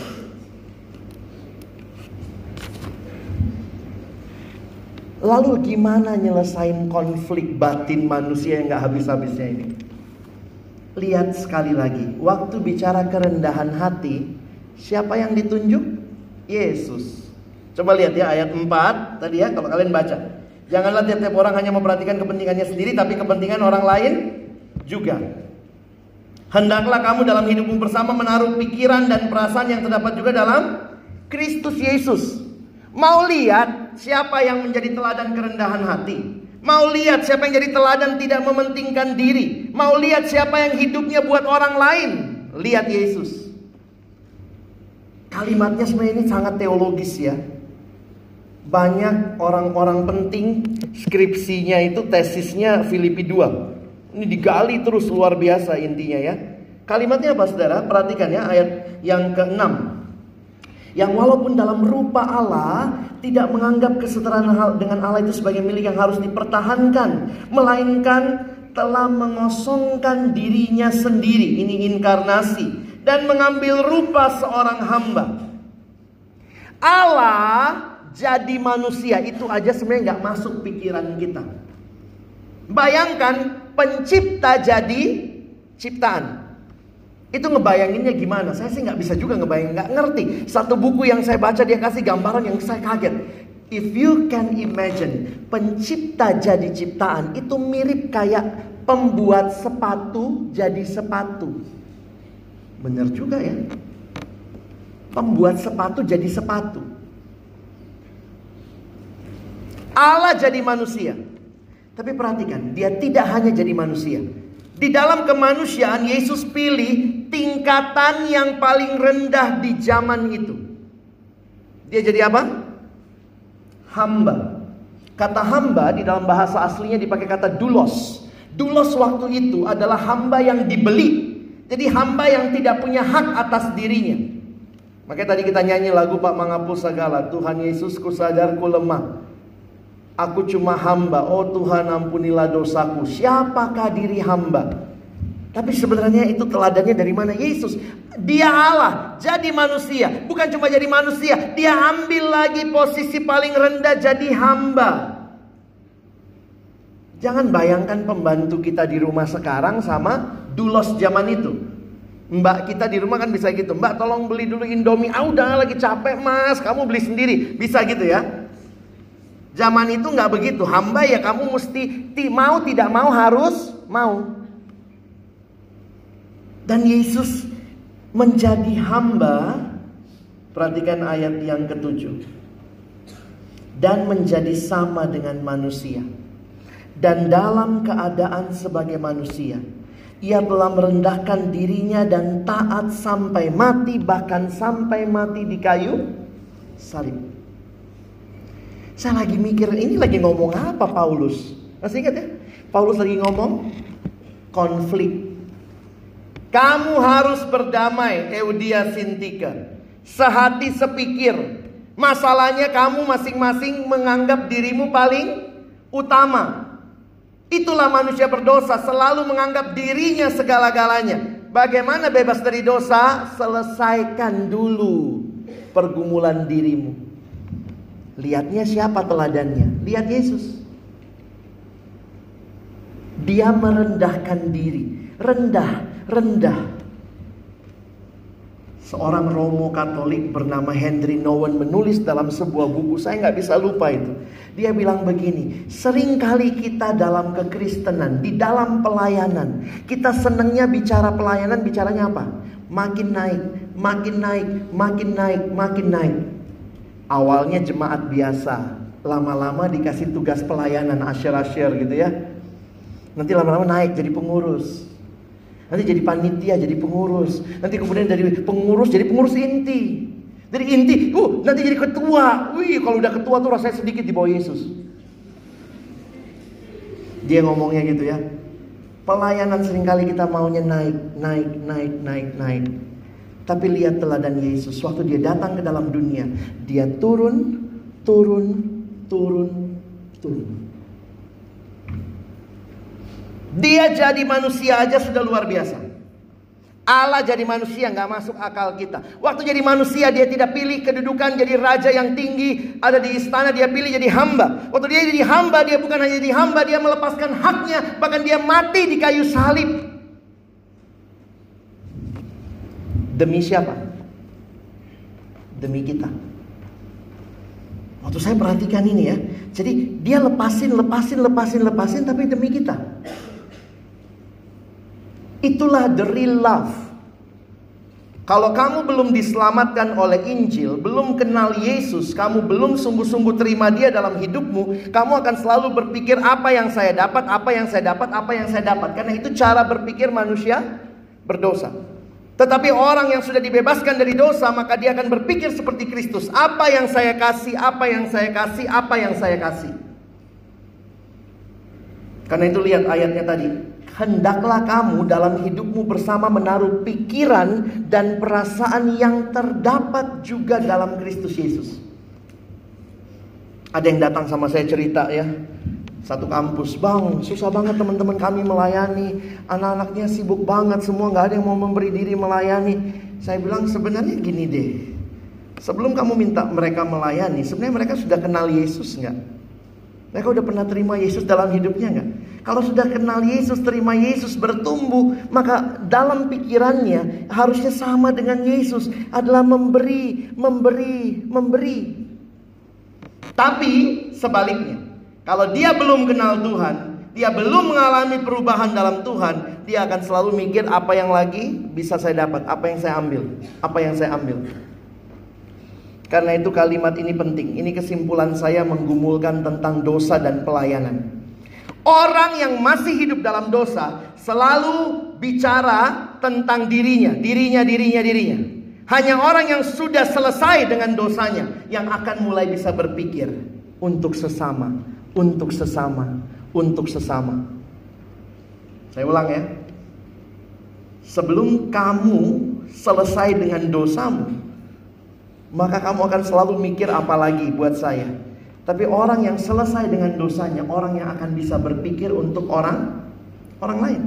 Lalu gimana nyelesain konflik batin manusia yang gak habis-habisnya ini? Lihat sekali lagi. Waktu bicara kerendahan hati, siapa yang ditunjuk? Yesus. Coba lihat ya ayat empat tadi ya, kalau kalian baca. Janganlah tiap-tiap orang hanya memperhatikan kepentingannya sendiri, tapi kepentingan orang lain juga. Hendaklah kamu dalam hidupmu bersama menaruh pikiran dan perasaan yang terdapat juga dalam Kristus Yesus. Mau lihat siapa yang menjadi teladan kerendahan hati? Mau lihat siapa yang jadi teladan tidak mementingkan diri? Mau lihat siapa yang hidupnya buat orang lain? Lihat Yesus. Kalimatnya sebenarnya ini sangat teologis ya. Banyak orang-orang penting skripsinya itu tesisnya Filipi dua. Ini digali terus luar biasa intinya ya. Kalimatnya apa saudara? Perhatikan ya ayat yang keenam. Yang walaupun dalam rupa Allah tidak menganggap kesetaraan dengan Allah itu sebagai milik yang harus dipertahankan, melainkan telah mengosongkan dirinya sendiri, ini inkarnasi, dan mengambil rupa seorang hamba. Allah jadi manusia, itu aja sebenarnya nggak masuk pikiran kita. Bayangkan pencipta jadi ciptaan. Itu ngebayanginnya gimana? Saya sih nggak bisa juga ngebayangin, nggak ngerti. Satu buku yang saya baca dia kasih gambaran yang saya kaget. If you can imagine, pencipta jadi ciptaan itu mirip kayak pembuat sepatu jadi sepatu. Bener juga ya. Pembuat sepatu jadi sepatu. Allah jadi manusia. Tapi perhatikan, dia tidak hanya jadi manusia. Di dalam kemanusiaan Yesus pilih tingkatan yang paling rendah di zaman itu. Dia jadi apa? Hamba. Kata hamba di dalam bahasa aslinya dipakai kata doulos. Doulos waktu itu adalah hamba yang dibeli. Jadi hamba yang tidak punya hak atas dirinya. Makanya tadi kita nyanyi lagu Pak menghapus segala. Tuhan Yesus ku sadar ku lemah. Aku cuma hamba, oh Tuhan ampunilah dosaku. Siapakah diri hamba? Tapi sebenarnya itu teladannya dari mana? Yesus. Dia Allah, jadi manusia. Bukan cuma jadi manusia, dia ambil lagi posisi paling rendah jadi hamba. Jangan bayangkan pembantu kita di rumah sekarang sama doulos zaman itu. Mbak kita di rumah kan bisa gitu. Mbak tolong beli dulu Indomie. Ah udah lagi capek mas, kamu beli sendiri. Bisa gitu ya. Zaman itu nggak begitu. Hamba ya kamu mesti mau tidak mau harus mau. Dan Yesus menjadi hamba. Perhatikan ayat yang ketujuh. Dan menjadi sama dengan manusia. Dan dalam keadaan sebagai manusia, ia telah merendahkan dirinya dan taat sampai mati, bahkan sampai mati di kayu salib. Saya lagi mikir, ini lagi ngomong apa Paulus? Masih ingat ya? Paulus lagi ngomong konflik. Kamu harus berdamai, Eudia Sintika. Sehati sepikir. Masalahnya kamu masing-masing menganggap dirimu paling utama. Itulah manusia berdosa, selalu menganggap dirinya segala-galanya. Bagaimana bebas dari dosa? Selesaikan dulu pergumulan dirimu. Lihatnya siapa teladannya? Lihat Yesus. Dia merendahkan diri. Rendah, rendah. Seorang Romo Katolik bernama Henry Nouwen menulis dalam sebuah buku. Saya nggak bisa lupa itu. Dia bilang begini. Seringkali kita dalam kekristenan, di dalam pelayanan, kita senangnya bicara pelayanan, bicaranya apa? Makin naik, makin naik, makin naik, makin naik. Awalnya jemaat biasa, lama-lama dikasih tugas pelayanan, asyir-asyir gitu ya. Nanti lama-lama naik jadi pengurus. Nanti jadi panitia, jadi pengurus. Nanti kemudian dari pengurus jadi pengurus inti. Dari inti, uh, nanti jadi ketua. Wih, kalau udah ketua tuh rasanya sedikit di bawah Yesus. Dia ngomongnya gitu ya. Pelayanan seringkali kita maunya naik, naik, naik, naik, naik. Tapi lihat teladan Yesus. Waktu dia datang ke dalam dunia, dia turun, turun, turun, turun. Dia jadi manusia aja sudah luar biasa. Allah jadi manusia nggak masuk akal kita. Waktu jadi manusia dia tidak pilih kedudukan jadi raja yang tinggi, ada di istana, dia pilih jadi hamba. Waktu dia jadi hamba, dia bukan hanya jadi hamba, dia melepaskan haknya, bahkan dia mati di kayu salib. Demi siapa? Demi kita. Waktu saya perhatikan ini ya, jadi dia lepasin, lepasin, lepasin, lepasin, tapi demi kita. Itulah the real love. Kalau kamu belum diselamatkan oleh Injil, belum kenal Yesus, kamu belum sungguh-sungguh terima dia dalam hidupmu, kamu akan selalu berpikir apa yang saya dapat, apa yang saya dapat, apa yang saya dapat. Karena itu cara berpikir manusia berdosa. Tetapi orang yang sudah dibebaskan dari dosa, maka dia akan berpikir seperti Kristus. Apa yang saya kasih, apa yang saya kasih, apa yang saya kasih. Karena itu lihat ayatnya tadi. Hendaklah kamu dalam hidupmu bersama menaruh pikiran dan perasaan yang terdapat juga dalam Kristus Yesus. Ada yang datang sama saya cerita ya, satu kampus, bang susah banget teman-teman kami melayani, anak-anaknya sibuk banget semua, gak ada yang mau memberi diri melayani. Saya bilang sebenarnya gini deh, sebelum kamu minta mereka melayani, sebenarnya mereka sudah kenal Yesus gak? Mereka udah pernah terima Yesus dalam hidupnya gak? Kalau sudah kenal Yesus, terima Yesus, bertumbuh, maka dalam pikirannya harusnya sama dengan Yesus, adalah memberi, memberi, memberi. Tapi sebaliknya, kalau dia belum kenal Tuhan, dia belum mengalami perubahan dalam Tuhan, dia akan selalu mikir apa yang lagi bisa saya dapat, apa yang saya ambil, apa yang saya ambil. Karena itu kalimat ini penting. Ini kesimpulan saya menggumulkan tentang dosa dan pelayanan. Orang yang masih hidup dalam dosa selalu bicara tentang dirinya, dirinya, dirinya, dirinya. Hanya orang yang sudah selesai dengan dosanya yang akan mulai bisa berpikir untuk sesama, untuk sesama, untuk sesama. Saya ulang ya. Sebelum kamu selesai dengan dosamu, maka kamu akan selalu mikir apa lagi buat saya. Tapi orang yang selesai dengan dosanya, orang yang akan bisa berpikir untuk orang orang lain.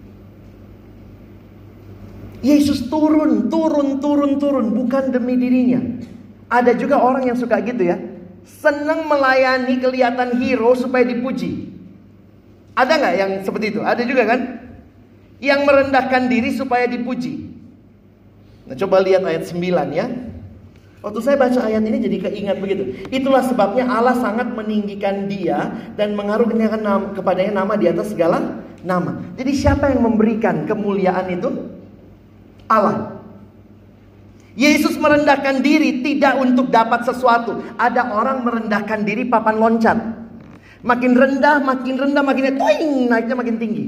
Yesus turun, turun, turun, turun, bukan demi dirinya. Ada juga orang yang suka gitu ya, senang melayani, kelihatan hero supaya dipuji. Ada nggak yang seperti itu? Ada juga kan? Yang merendahkan diri supaya dipuji. Nah, coba lihat ayat sembilan ya. Waktu saya baca ayat ini jadi keingat begitu. Itulah sebabnya Allah sangat meninggikan dia dan mengaruniakan nama, kepadanya nama di atas segala nama. Jadi siapa yang memberikan kemuliaan itu? Allah. Yesus merendahkan diri tidak untuk dapat sesuatu. Ada orang merendahkan diri papan loncat. Makin rendah, makin rendah, makin toing, naiknya makin tinggi.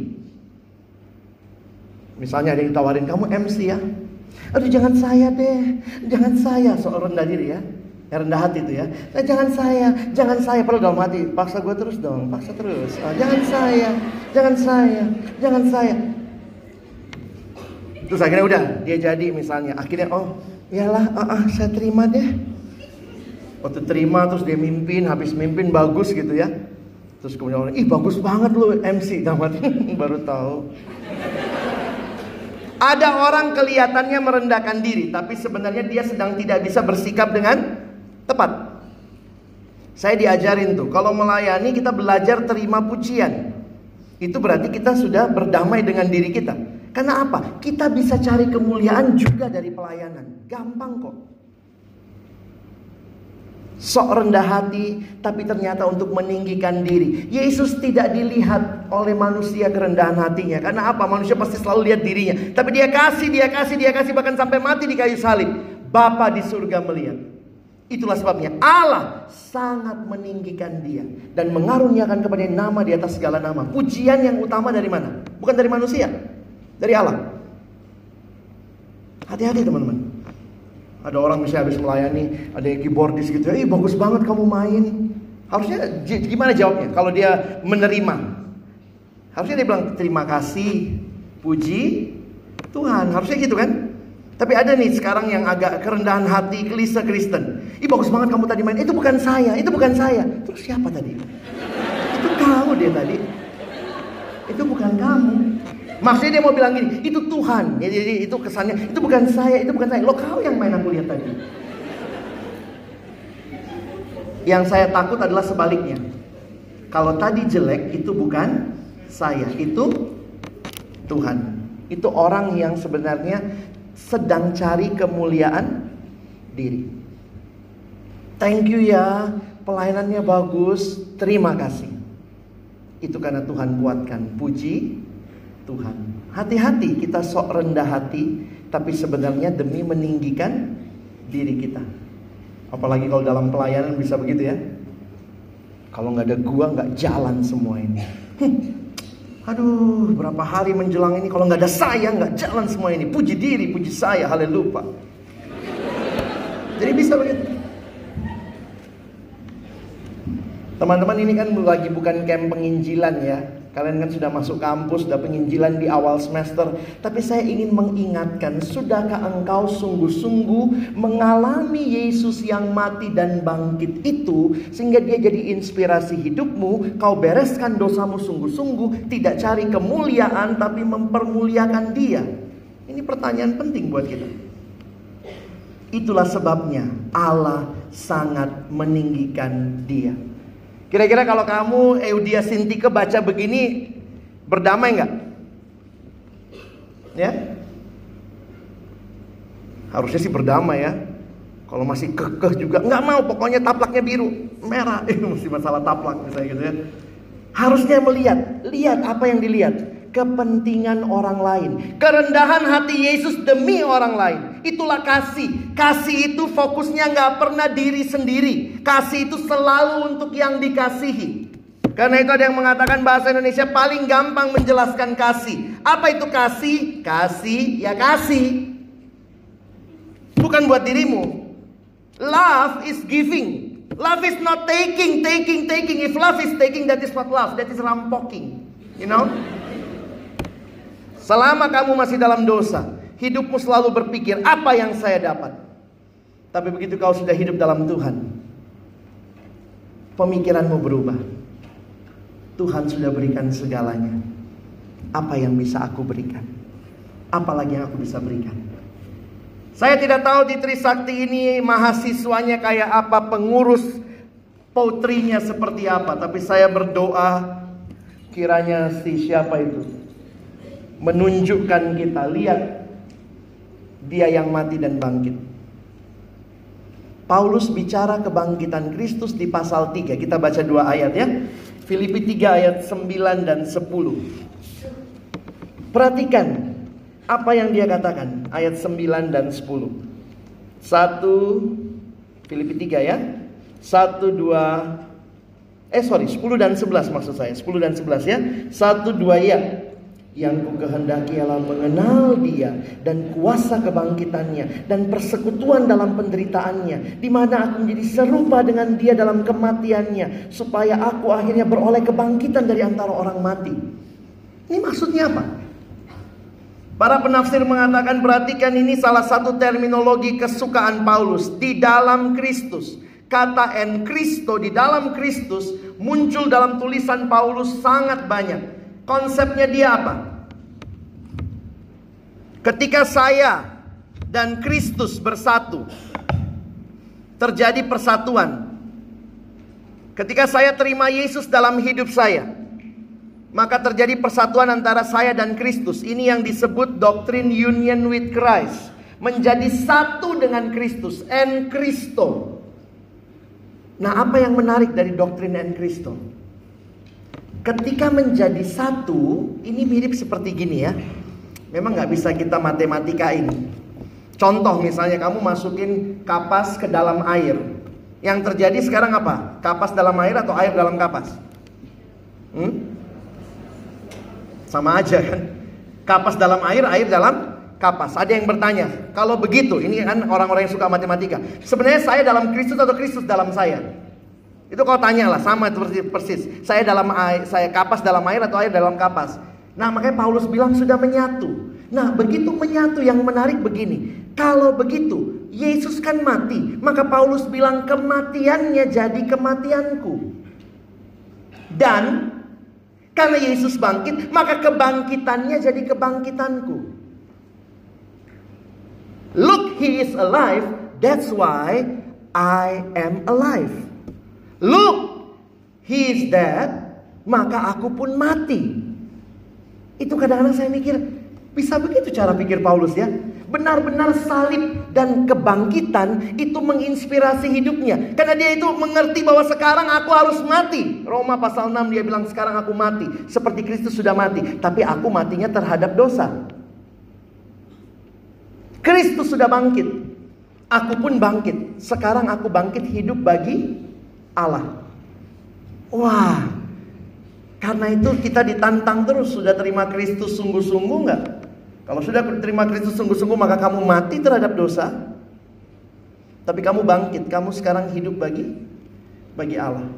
Misalnya ada yang tawarin, kamu M C ya? Aduh jangan saya deh, jangan saya. Soal rendah diri ya, yang rendah hati itu ya. Eh, jangan saya, jangan saya. Padahal dalam hati, paksa gue terus dong, paksa terus. Ah, jangan saya, jangan saya, jangan saya. Terus akhirnya udah, dia jadi misalnya. Akhirnya oh, iyalah, ah, ah, saya terima deh. Waktu terima terus dia mimpin, habis mimpin bagus gitu ya. Terus kemudian orang, ih bagus banget lu M C. Dalam hati, baru tahu. Ada orang kelihatannya merendahkan diri, tapi sebenarnya dia sedang tidak bisa bersikap dengan tepat. Saya diajarin tuh, kalau melayani kita belajar terima pujian. Itu berarti kita sudah berdamai dengan diri kita. Karena apa? Kita bisa cari kemuliaan juga dari pelayanan. Gampang kok. Sok rendah hati, tapi ternyata untuk meninggikan diri. Yesus tidak dilihat oleh manusia kerendahan hatinya. Karena apa? Manusia pasti selalu lihat dirinya. Tapi dia kasih, dia kasih, dia kasih, bahkan sampai mati di kayu salib. Bapa di surga melihat. Itulah sebabnya Allah sangat meninggikan dia dan mengaruniakan kepadanya nama di atas segala nama. Pujian yang utama dari mana? Bukan dari manusia, dari Allah. Hati-hati teman-teman. Ada orang misalnya habis melayani, ada yang keyboardis gitu, ih bagus banget kamu main. Harusnya gimana jawabnya? Kalau dia menerima, Harusnya dia bilang terima kasih, puji Tuhan. Harusnya gitu kan? Tapi ada nih sekarang yang agak kerendahan hati, klise Kristen. Ih bagus banget kamu tadi main. Itu bukan saya, itu bukan saya. Terus siapa tadi? Itu kamu dia tadi. Itu bukan kamu. Maksudnya dia mau bilang gini, itu Tuhan. Jadi itu kesannya, itu bukan saya, itu bukan saya. Lo kau yang main aku lihat tadi. Yang saya takut adalah sebaliknya. Kalau tadi jelek, itu bukan saya, itu Tuhan. Itu orang yang sebenarnya sedang cari kemuliaan diri. Thank you ya, pelayanannya bagus, terima kasih. Itu karena Tuhan kuatkan, puji Tuhan. Hati-hati kita sok rendah hati, tapi sebenarnya demi meninggikan diri kita. Apalagi kalau dalam pelayanan bisa begitu ya. Kalau nggak ada gua nggak jalan semua ini. Hm. Aduh, berapa hari menjelang ini kalau nggak ada saya nggak jalan semua ini. Puji diri, puji saya, haleluya. Jadi bisa begitu. Teman-teman, ini kan lagi bukan camp penginjilan ya. Kalian kan sudah masuk kampus, sudah penginjilan di awal semester. Tapi saya ingin mengingatkan, sudahkah engkau sungguh-sungguh mengalami Yesus yang mati dan bangkit itu, sehingga dia jadi inspirasi hidupmu? Kau bereskan dosamu sungguh-sungguh, tidak cari kemuliaan tapi mempermuliakan dia. Ini pertanyaan penting buat kita. Itulah sebabnya Allah sangat meninggikan dia. Kira-kira kalau kamu Eudia Sintike baca begini, berdamai nggak? Ya? Harusnya sih berdamai ya. Kalau masih kekeh juga, nggak mau, pokoknya taplaknya biru, merah. Itu mesti masalah taplak misalnya gitu ya. Harusnya melihat, lihat apa yang dilihat. Kepentingan orang lain, kerendahan hati Yesus demi orang lain. Itulah kasih. Kasih itu fokusnya gak pernah diri sendiri. Kasih itu selalu untuk yang dikasihi. Karena itu ada yang mengatakan bahasa Indonesia paling gampang menjelaskan kasih. Apa itu kasih? Kasih ya kasih, bukan buat dirimu. Love is giving. Love is not taking, taking, taking. If love is taking, that is not love, that is rampoking. You know? Selama kamu masih dalam dosa, hidupmu selalu berpikir, apa yang saya dapat? Tapi begitu kau sudah hidup dalam Tuhan, pemikiranmu berubah. Tuhan sudah berikan segalanya. Apa yang bisa aku berikan? Apalagi yang aku bisa berikan? Saya tidak tahu di Trisakti ini mahasiswanya kayak apa, pengurus putrinya seperti apa. Tapi saya berdoa kiranya si siapa itu menunjukkan kita, lihat dia yang mati dan bangkit. Paulus bicara kebangkitan Kristus di pasal tiga. Kita baca dua ayat ya. Filipi tiga ayat sembilan dan sepuluh. Perhatikan apa yang dia katakan, ayat sembilan dan sepuluh. Satu, Filipi tiga ya. Satu, dua, eh sorry, sepuluh dan sebelas maksud saya. Sepuluh dan sebelas ya. Satu, dua ya. Yang ku kehendaki ialah mengenal dia dan kuasa kebangkitannya dan persekutuan dalam penderitaannya, di mana aku menjadi serupa dengan dia dalam kematiannya, supaya aku akhirnya beroleh kebangkitan dari antara orang mati. Ini maksudnya apa? Para penafsir mengatakan, perhatikan, ini salah satu terminologi kesukaan Paulus. Di dalam Kristus, kata en Kristo, di dalam Kristus, muncul dalam tulisan Paulus sangat banyak. Konsepnya dia apa? Ketika saya dan Kristus bersatu, terjadi persatuan. Ketika saya terima Yesus dalam hidup saya, maka terjadi persatuan antara saya dan Kristus. Ini yang disebut doktrin union with Christ. Menjadi satu dengan Kristus, en Kristo. Nah, apa yang menarik dari doktrin en Kristo? Ketika menjadi satu, ini mirip seperti gini ya. Memang gak bisa kita matematikain. Contoh misalnya kamu masukin kapas ke dalam air. Yang terjadi sekarang apa? Kapas dalam air atau air dalam kapas? Hmm? Sama aja kan? Kapas dalam air, air dalam kapas. Ada yang bertanya, kalau begitu, ini kan orang-orang yang suka matematika, sebenarnya saya dalam Kristus atau Kristus dalam saya? Itu kau tanya lah, sama persis, persis. Saya dalam air, saya kapas dalam air atau air dalam kapas. Nah, makanya Paulus bilang sudah menyatu. Nah, begitu menyatu, yang menarik begini. Kalau begitu, Yesus kan mati. Maka Paulus bilang kematiannya jadi kematianku. Dan karena Yesus bangkit, maka kebangkitannya jadi kebangkitanku. Look, he is alive. That's why I am alive. Look, he is dead. Maka aku pun mati. Itu kadang-kadang saya mikir, bisa begitu cara pikir Paulus ya. Benar-benar salib dan kebangkitan itu menginspirasi hidupnya. Karena dia itu mengerti bahwa sekarang aku harus mati. Roma pasal enam dia bilang sekarang aku mati. Seperti Kristus sudah mati. Tapi aku matinya terhadap dosa. Kristus sudah bangkit. Aku pun bangkit. Sekarang aku bangkit hidup bagi Allah. Wah. Karena itu kita ditantang terus. Sudah terima Kristus sungguh-sungguh enggak? Kalau sudah terima Kristus sungguh-sungguh, maka kamu mati terhadap dosa. Tapi kamu bangkit, kamu sekarang hidup bagi bagi Allah.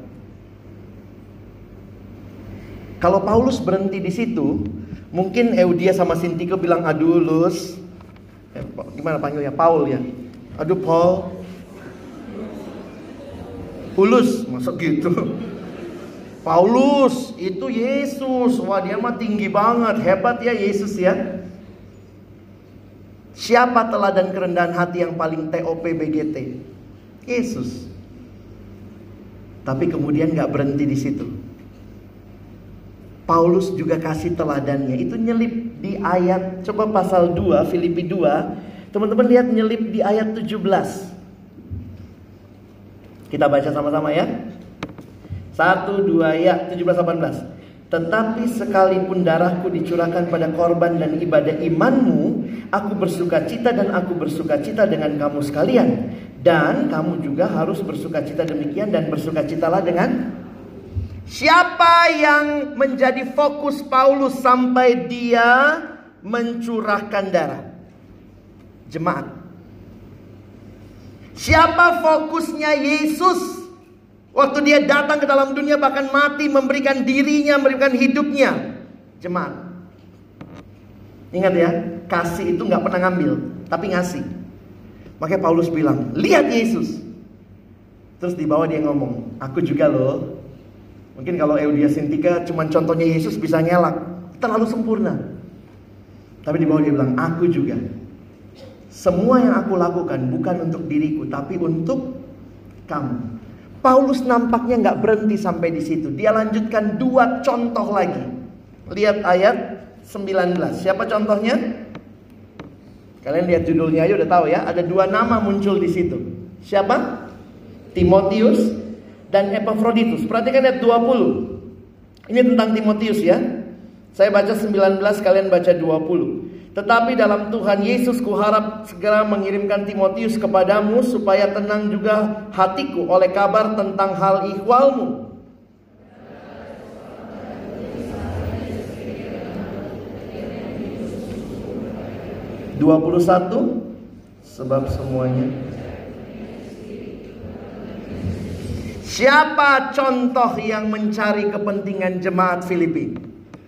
Kalau Paulus berhenti di situ, mungkin Eudia sama Sintiko bilang, aduh Lus, eh, gimana panggilnya? Paul ya. Aduh Paul, Paulus, masa gitu? Paulus, itu Yesus. Wah, dia mah tinggi banget, hebat ya Yesus ya. Siapa teladan kerendahan hati yang paling T O P B G T? Yesus. Tapi kemudian gak berhenti di situ. Paulus juga kasih teladannya. Itu nyelip di ayat, coba pasal dua, Filipi dua. Teman-teman lihat nyelip di ayat tujuh belas. Kita baca sama-sama ya. Satu, dua, ya, tujuh belas, delapan belas. Tetapi sekalipun darahku dicurahkan pada korban dan ibadah imanmu, aku bersuka cita dan aku bersuka cita dengan kamu sekalian. Dan kamu juga harus bersuka cita demikian dan bersuka citalah dengan... Siapa yang menjadi fokus Paulus sampai dia mencurahkan darah? Jemaat. Siapa fokusnya Yesus? Waktu dia datang ke dalam dunia bahkan mati, memberikan dirinya, memberikan hidupnya. Jemaat. Ingat ya, kasih itu gak pernah ngambil, tapi ngasih. Makanya Paulus bilang, lihat Yesus. Terus di bawah dia ngomong, aku juga loh. Mungkin kalau Eudia Sintika cuman contohnya Yesus bisa ngelak, terlalu sempurna. Tapi di bawah dia bilang, aku juga. Semua yang aku lakukan bukan untuk diriku, tapi untuk kamu. Paulus nampaknya nggak berhenti sampai di situ. Dia lanjutkan dua contoh lagi. Lihat ayat sembilan belas. Siapa contohnya? Kalian lihat judulnya aja udah tahu ya. Ada dua nama muncul di situ. Siapa? Timotius dan Epafroditus. Perhatikan ayat dua puluh. Ini tentang Timotius ya. Saya baca sembilan belas, kalian baca dua puluh. Tetapi dalam Tuhan Yesus kuharap segera mengirimkan Timotius kepadamu supaya tenang juga hatiku oleh kabar tentang hal ikhwalmu. dua puluh satu. Sebab semuanya. Siapa contoh yang mencari kepentingan jemaat Filipi?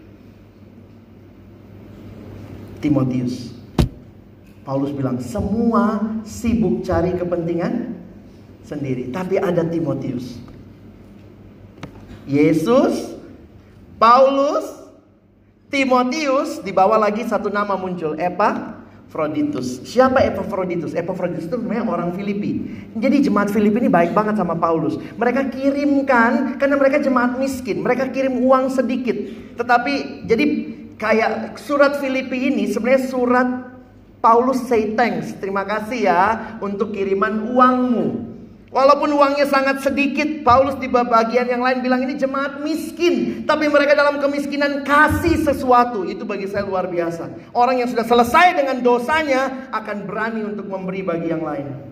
Timotius. Paulus bilang semua sibuk cari kepentingan sendiri, tapi ada Timotius. Yesus, Paulus, Timotius, di bawah lagi satu nama muncul, Epafroditus. Siapa Epafroditus? Epafroditus itu sebenarnya orang Filipi. Jadi jemaat Filipi ini baik banget sama Paulus. Mereka kirimkan, karena mereka jemaat miskin, mereka kirim uang sedikit. Tetapi jadi kayak surat Filipi ini sebenarnya surat Paulus say thanks. Terima kasih ya untuk kiriman uangmu. Walaupun uangnya sangat sedikit, Paulus di bagian yang lain bilang ini jemaat miskin, tapi mereka dalam kemiskinan kasih sesuatu. Itu bagi saya luar biasa. Orang yang sudah selesai dengan dosanya akan berani untuk memberi bagi yang lain.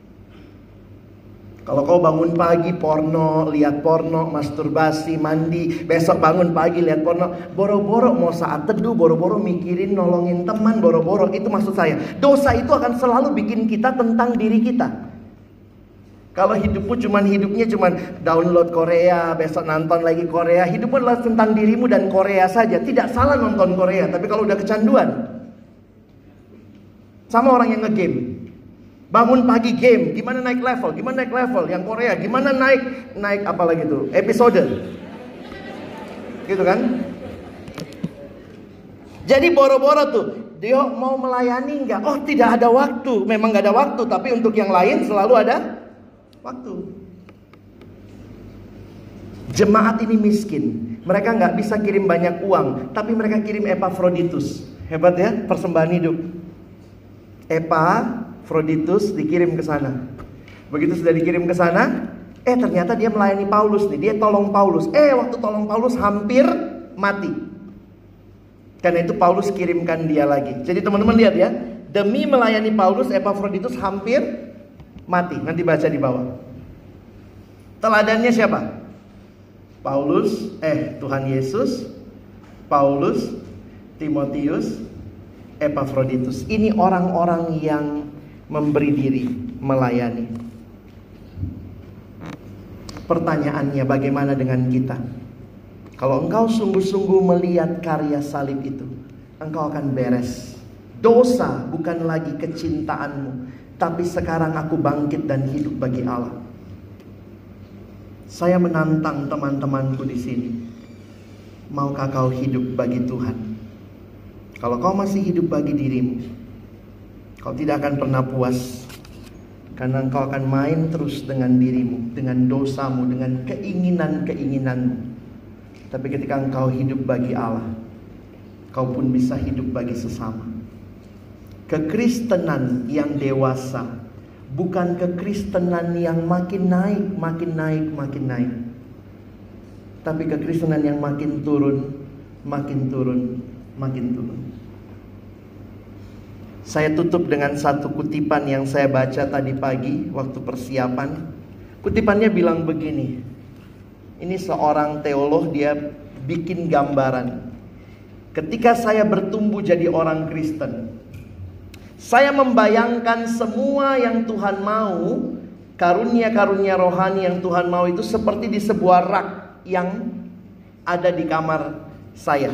Kalau kau bangun pagi porno, lihat porno, masturbasi, mandi, besok bangun pagi lihat porno, boro-boro mau saat teduh, boro-boro mikirin nolongin teman, boro-boro, itu maksud saya. Dosa itu akan selalu bikin kita tentang diri kita. Kalau hidupmu cuman hidupnya cuman download Korea, besok nonton lagi Korea, hidupmu adalah tentang dirimu dan Korea saja. Tidak salah nonton Korea, tapi kalau udah kecanduan, sama orang yang nge-game. Bangun pagi game, gimana naik level, gimana naik level, yang Korea, gimana naik naik apa lagi tuh, episode, gitu kan? Jadi boro-boro tuh, dia mau melayani nggak? Oh tidak ada waktu, memang nggak ada waktu, tapi untuk yang lain selalu ada waktu. Jemaat ini miskin, mereka nggak bisa kirim banyak uang, tapi mereka kirim Epafroditus. Hebat ya, persembahan hidup. Epafroditus dikirim ke sana. Begitu sudah dikirim ke sana, eh ternyata dia melayani Paulus nih, dia tolong Paulus. Eh waktu tolong Paulus hampir mati. Karena itu Paulus kirimkan dia lagi. Jadi teman-teman lihat ya, demi melayani Paulus, Epafroditus hampir mati. Nanti baca di bawah. Teladannya siapa? Paulus, eh Tuhan Yesus, Paulus, Timotius, Epafroditus. Ini orang-orang yang memberi diri melayani. Pertanyaannya, bagaimana dengan kita? Kalau engkau sungguh-sungguh melihat karya salib itu, engkau akan beres. Dosa bukan lagi kecintaanmu, tapi sekarang aku bangkit dan hidup bagi Allah. Saya menantang teman-temanku di sini. Maukah kau hidup bagi Tuhan? Kalau kau masih hidup bagi dirimu, kau tidak akan pernah puas. Karena engkau akan main terus dengan dirimu, dengan dosamu, dengan keinginan-keinginanmu. Tapi ketika engkau hidup bagi Allah, kau pun bisa hidup bagi sesama. Kekristenan yang dewasa bukan kekristenan yang makin naik, makin naik, makin naik. Tapi kekristenan yang makin turun, makin turun, makin turun. Saya tutup dengan satu kutipan yang saya baca tadi pagi waktu persiapan. Kutipannya bilang begini. Ini seorang teolog, dia bikin gambaran. Ketika saya bertumbuh jadi orang Kristen, saya membayangkan semua yang Tuhan mau, karunia-karunia rohani yang Tuhan mau itu seperti di sebuah rak yang ada di kamar saya.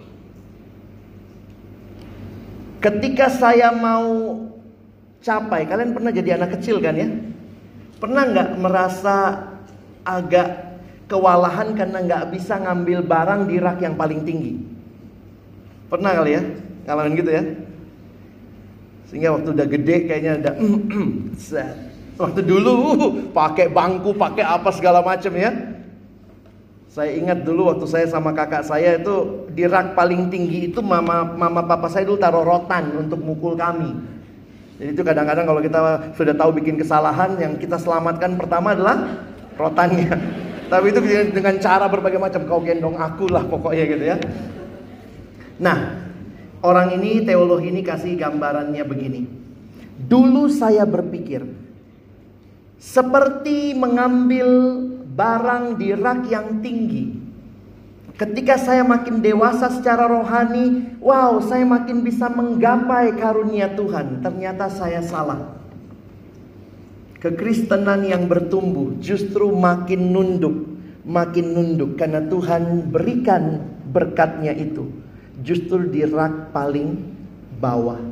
Ketika saya mau capai, kalian pernah jadi anak kecil kan ya? Pernah nggak merasa agak kewalahan karena nggak bisa ngambil barang di rak yang paling tinggi? Pernah kali ya? Ngalamin gitu ya? Sehingga waktu udah gede kayaknya udah waktu dulu pakai bangku, pakai apa segala macam ya. Saya ingat dulu waktu saya sama kakak saya itu di rak paling tinggi itu mama mama papa saya dulu taruh rotan untuk mukul kami. Jadi itu kadang-kadang kalau kita sudah tahu bikin kesalahan, yang kita selamatkan pertama adalah rotannya. Tapi itu dengan cara berbagai macam, kau gendong aku lah pokoknya gitu ya. Nah, orang ini, teolog ini kasih gambarannya begini. Dulu saya berpikir seperti mengambil barang di rak yang tinggi. Ketika saya makin dewasa secara rohani, wow, saya makin bisa menggapai karunia Tuhan. Ternyata saya salah. Kekristenan yang bertumbuh justru makin nunduk, makin nunduk. Karena Tuhan berikan berkatnya itu justru di rak paling bawah.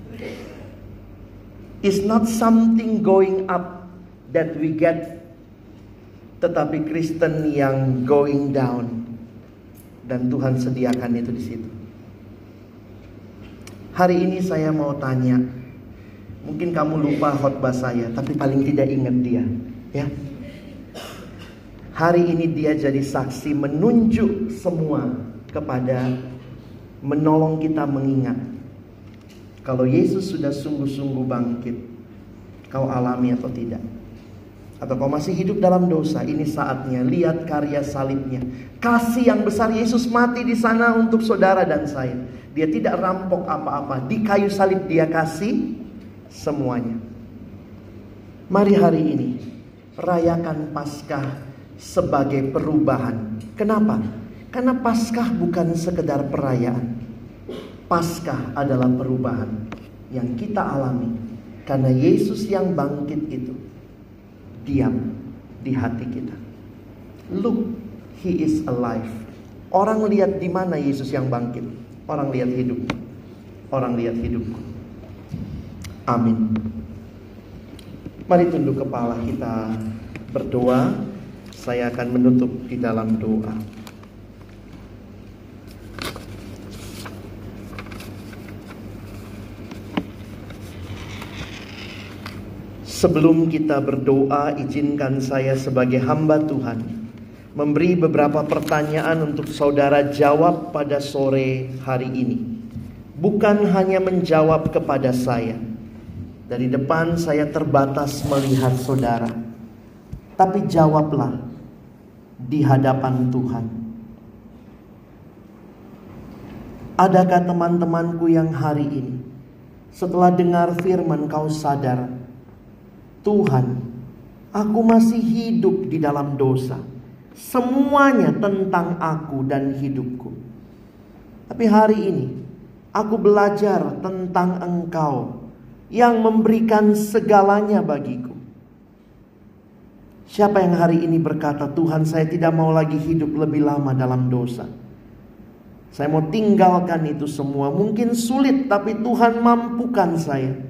It's not something going up that we get, tetapi Kristen yang going down. Dan Tuhan sediakan itu di situ. Hari ini saya mau tanya. Mungkin kamu lupa khotbah saya, tapi paling tidak ingat dia, ya. Hari ini dia jadi saksi menunjuk semua kepada menolong kita mengingat. Kalau Yesus sudah sungguh-sungguh bangkit, kau alami atau tidak? Atau kau masih hidup dalam dosa? Ini saatnya lihat karya salibnya. Kasih yang besar, Yesus mati di sana untuk saudara dan saya. Dia tidak rampok apa-apa. Di kayu salib dia kasih semuanya. Mari hari ini rayakan Paskah sebagai perubahan. Kenapa? Karena Paskah bukan sekedar perayaan. Paskah adalah perubahan yang kita alami karena Yesus yang bangkit itu. diam di hati kita. Look, He is alive. Orang lihat di mana Yesus yang bangkit? Orang lihat hidup. Orang lihat hidupku. Amin. Mari tunduk kepala kita berdoa. Saya akan menutup di dalam doa. Sebelum kita berdoa, izinkan saya sebagai hamba Tuhan memberi beberapa pertanyaan untuk saudara jawab pada sore hari ini. Bukan hanya menjawab kepada saya. Dari depan saya terbatas melihat saudara. Tapi jawablah di hadapan Tuhan. Adakah teman-temanku yang hari ini setelah dengar firman kau sadar, Tuhan, aku masih hidup di dalam dosa. Semuanya tentang aku dan hidupku. Tapi hari ini aku belajar tentang Engkau yang memberikan segalanya bagiku. Siapa yang hari ini berkata, Tuhan, saya tidak mau lagi hidup lebih lama dalam dosa. Saya mau tinggalkan itu semua. Mungkin sulit, tapi Tuhan mampukan saya.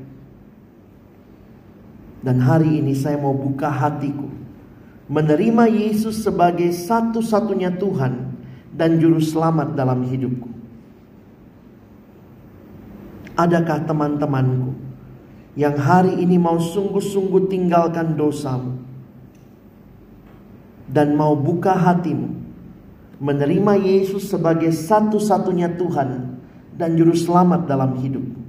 Dan hari ini saya mau buka hatiku, menerima Yesus sebagai satu-satunya Tuhan dan Juru Selamat dalam hidupku. Adakah teman-temanku yang hari ini mau sungguh-sungguh tinggalkan dosamu dan mau buka hatimu, menerima Yesus sebagai satu-satunya Tuhan dan Juru Selamat dalam hidupmu?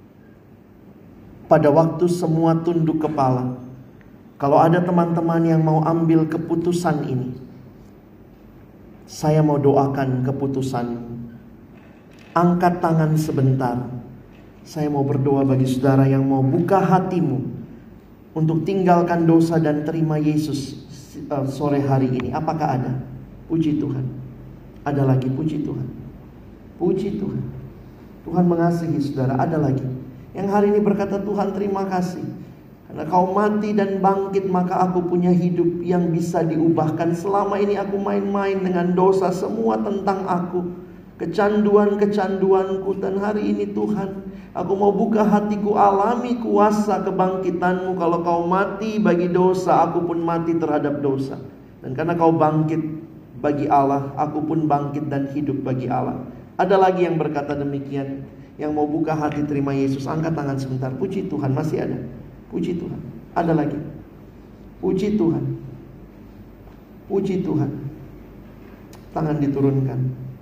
Pada waktu semua tunduk kepala, kalau ada teman-teman yang mau ambil keputusan ini, saya mau doakan keputusanmu. Angkat tangan sebentar. Saya mau berdoa bagi saudara yang mau buka hatimu untuk tinggalkan dosa dan terima Yesus uh, sore hari ini. Apakah ada? Puji Tuhan. Ada lagi, puji Tuhan. Puji Tuhan. Tuhan mengasihi saudara. Ada lagi yang hari ini berkata, Tuhan terima kasih karena kau mati dan bangkit, maka aku punya hidup yang bisa diubahkan. Selama ini aku main-main dengan dosa, semua tentang aku, kecanduan-kecanduanku. Dan hari ini Tuhan, aku mau buka hatiku, alami kuasa kebangkitanmu. Kalau kau mati bagi dosa, aku pun mati terhadap dosa. Dan karena kau bangkit bagi Allah, aku pun bangkit dan hidup bagi Allah. Ada lagi yang berkata demikian, yang mau buka hati terima Yesus. Angkat tangan sebentar. Puji Tuhan, masih ada. Puji Tuhan. Ada lagi. Puji Tuhan. Puji Tuhan. Tangan diturunkan.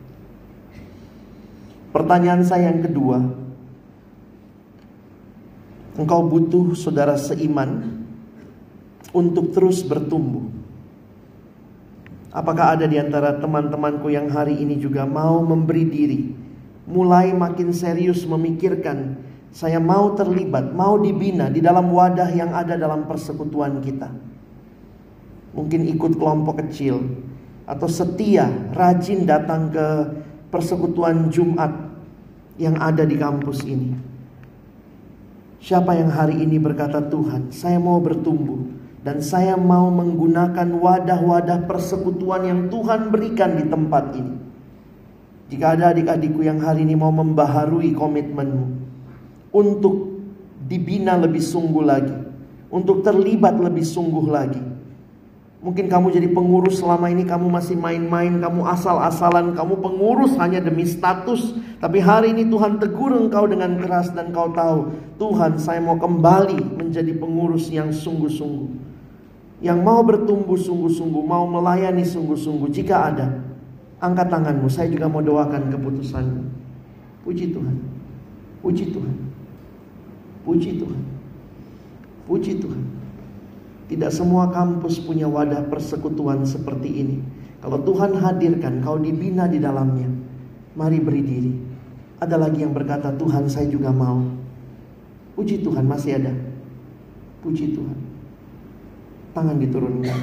Pertanyaan saya yang kedua, engkau butuh saudara seiman untuk terus bertumbuh. Apakah ada di antara teman-temanku yang hari ini juga mau memberi diri, mulai makin serius memikirkan, saya mau terlibat, mau dibina di dalam wadah yang ada dalam persekutuan kita. Mungkin ikut kelompok kecil, atau setia, rajin datang ke persekutuan Jumat yang ada di kampus ini. Siapa yang hari ini berkata, Tuhan, saya mau bertumbuh, dan saya mau menggunakan wadah-wadah persekutuan yang Tuhan berikan di tempat ini. Jika ada adik-adikku yang hari ini mau membaharui komitmenmu untuk dibina lebih sungguh lagi, untuk terlibat lebih sungguh lagi. Mungkin kamu jadi pengurus selama ini, kamu masih main-main, kamu asal-asalan, kamu pengurus hanya demi status. Tapi hari ini Tuhan tegur engkau dengan keras dan kau tahu, Tuhan, saya mau kembali menjadi pengurus yang sungguh-sungguh, yang mau bertumbuh sungguh-sungguh, mau melayani sungguh-sungguh. Jika ada, angkat tanganmu, saya juga mau doakan keputusanmu. Puji Tuhan. Puji Tuhan. Puji Tuhan. Puji Tuhan. Tidak semua kampus punya wadah persekutuan seperti ini. Kalau Tuhan hadirkan, kau dibina di dalamnya, mari beri diri. Ada lagi yang berkata, Tuhan, saya juga mau. Puji Tuhan, masih ada. Puji Tuhan. Tangan diturunkan.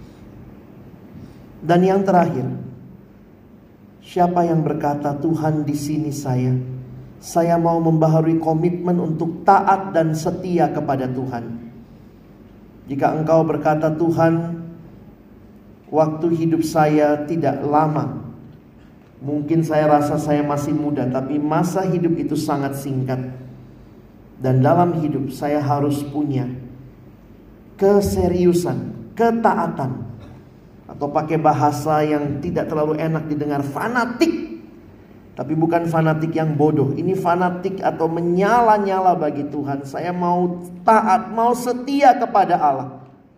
Dan yang terakhir, siapa yang berkata, Tuhan, di sini saya, saya mau membaharui komitmen untuk taat dan setia kepada Tuhan. Jika engkau berkata, Tuhan, waktu hidup saya tidak lama, mungkin saya rasa saya masih muda, tapi masa hidup itu sangat singkat. Dan dalam hidup saya harus punya keseriusan, ketaatan, atau pakai bahasa yang tidak terlalu enak didengar, fanatik. Tapi bukan fanatik yang bodoh. Ini fanatik atau menyala-nyala bagi Tuhan. Saya mau taat, mau setia kepada Allah.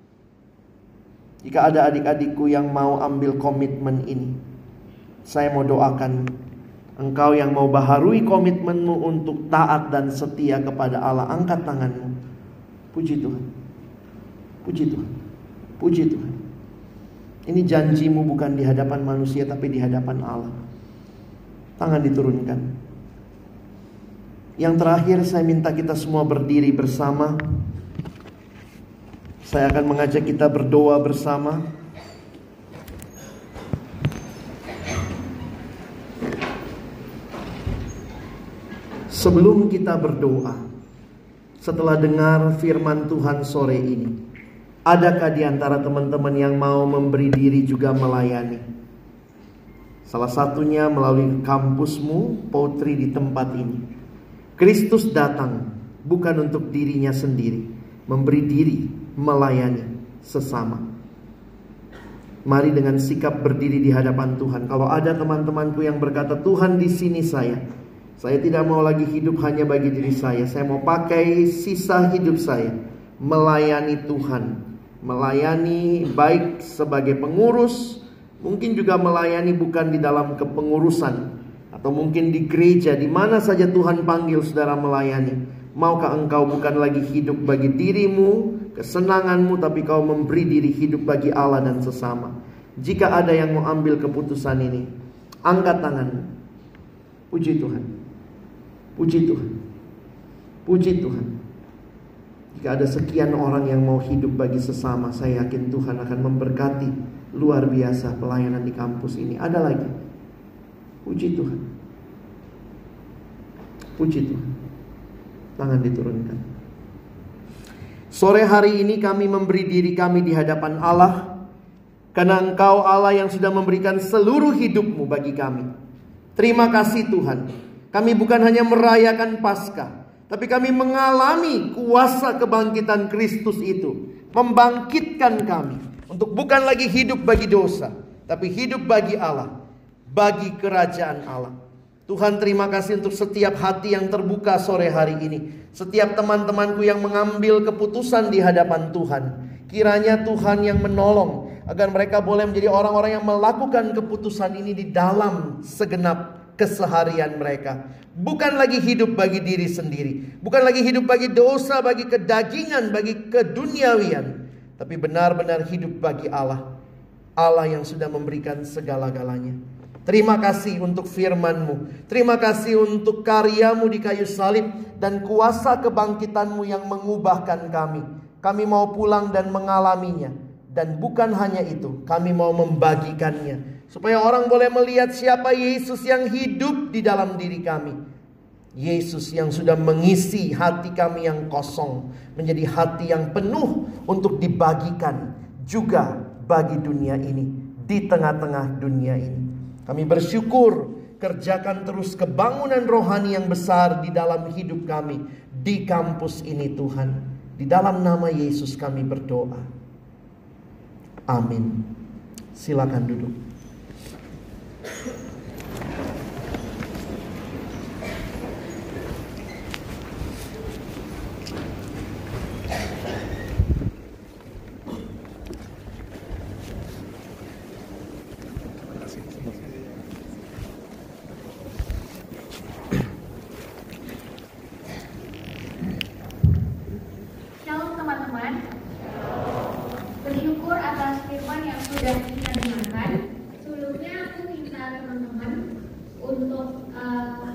Jika ada adik-adikku yang mau ambil komitmen ini, saya mau doakan engkau yang mau baharui komitmenmu untuk taat dan setia kepada Allah. Angkat tanganmu. Puji Tuhan. Puji Tuhan. Puji Tuhan. Ini janjimu bukan di hadapan manusia, tapi di hadapan Allah. Tangan diturunkan. Yang terakhir, saya minta kita semua berdiri bersama. Saya akan mengajak kita berdoa bersama. Sebelum kita berdoa, setelah dengar firman Tuhan sore ini, adakah di antara teman-teman yang mau memberi diri juga melayani? Salah satunya melalui kampusmu, Potri di tempat ini. Kristus datang bukan untuk dirinya sendiri, memberi diri, melayani sesama. Mari dengan sikap berdiri di hadapan Tuhan. Kalau ada teman-temanku yang berkata, Tuhan di sini saya, saya tidak mau lagi hidup hanya bagi diri saya. Saya mau pakai sisa hidup saya melayani Tuhan, melayani baik sebagai pengurus, mungkin juga melayani bukan di dalam kepengurusan, atau mungkin di gereja, di mana saja Tuhan panggil saudara melayani. Maukah engkau bukan lagi hidup bagi dirimu, kesenanganmu, tapi kau memberi diri hidup bagi Allah dan sesama? Jika ada yang mau ambil keputusan ini, angkat tanganmu. Puji Tuhan. Puji Tuhan. Puji Tuhan. Jika ada sekian orang yang mau hidup bagi sesama, saya yakin Tuhan akan memberkati luar biasa pelayanan di kampus ini. Ada lagi? Puji Tuhan. Puji Tuhan. Tangan diturunkan. Sore hari ini kami memberi diri kami di hadapan Allah, karena Engkau Allah yang sudah memberikan seluruh hidupmu bagi kami. Terima kasih Tuhan. Kami bukan hanya merayakan Paskah, tapi kami mengalami kuasa kebangkitan Kristus itu, membangkitkan kami untuk bukan lagi hidup bagi dosa, tapi hidup bagi Allah, bagi kerajaan Allah. Tuhan, terima kasih untuk setiap hati yang terbuka sore hari ini. Setiap teman-temanku yang mengambil keputusan di hadapan Tuhan. Kiranya Tuhan yang menolong agar mereka boleh menjadi orang-orang yang melakukan keputusan ini di dalam segenap keseharian mereka. Bukan lagi hidup bagi diri sendiri, bukan lagi hidup bagi dosa, bagi kedagingan, bagi keduniawian, tapi benar-benar hidup bagi Allah, Allah yang sudah memberikan segala-galanya. Terima kasih untuk firman-Mu. Terima kasih untuk karya-Mu di kayu salib dan kuasa kebangkitan-Mu yang mengubahkan kami. Kami mau pulang dan mengalaminya. Dan bukan hanya itu, kami mau membagikannya, supaya orang boleh melihat siapa Yesus yang hidup di dalam diri kami. Yesus yang sudah mengisi hati kami yang kosong menjadi hati yang penuh untuk dibagikan juga bagi dunia ini, di tengah-tengah dunia ini. Kami bersyukur, kerjakan terus kebangunan rohani yang besar di dalam hidup kami di kampus ini Tuhan. Di dalam nama Yesus kami berdoa. Amin. Silakan duduk. Sebelumnya aku minta teman-teman untuk uh,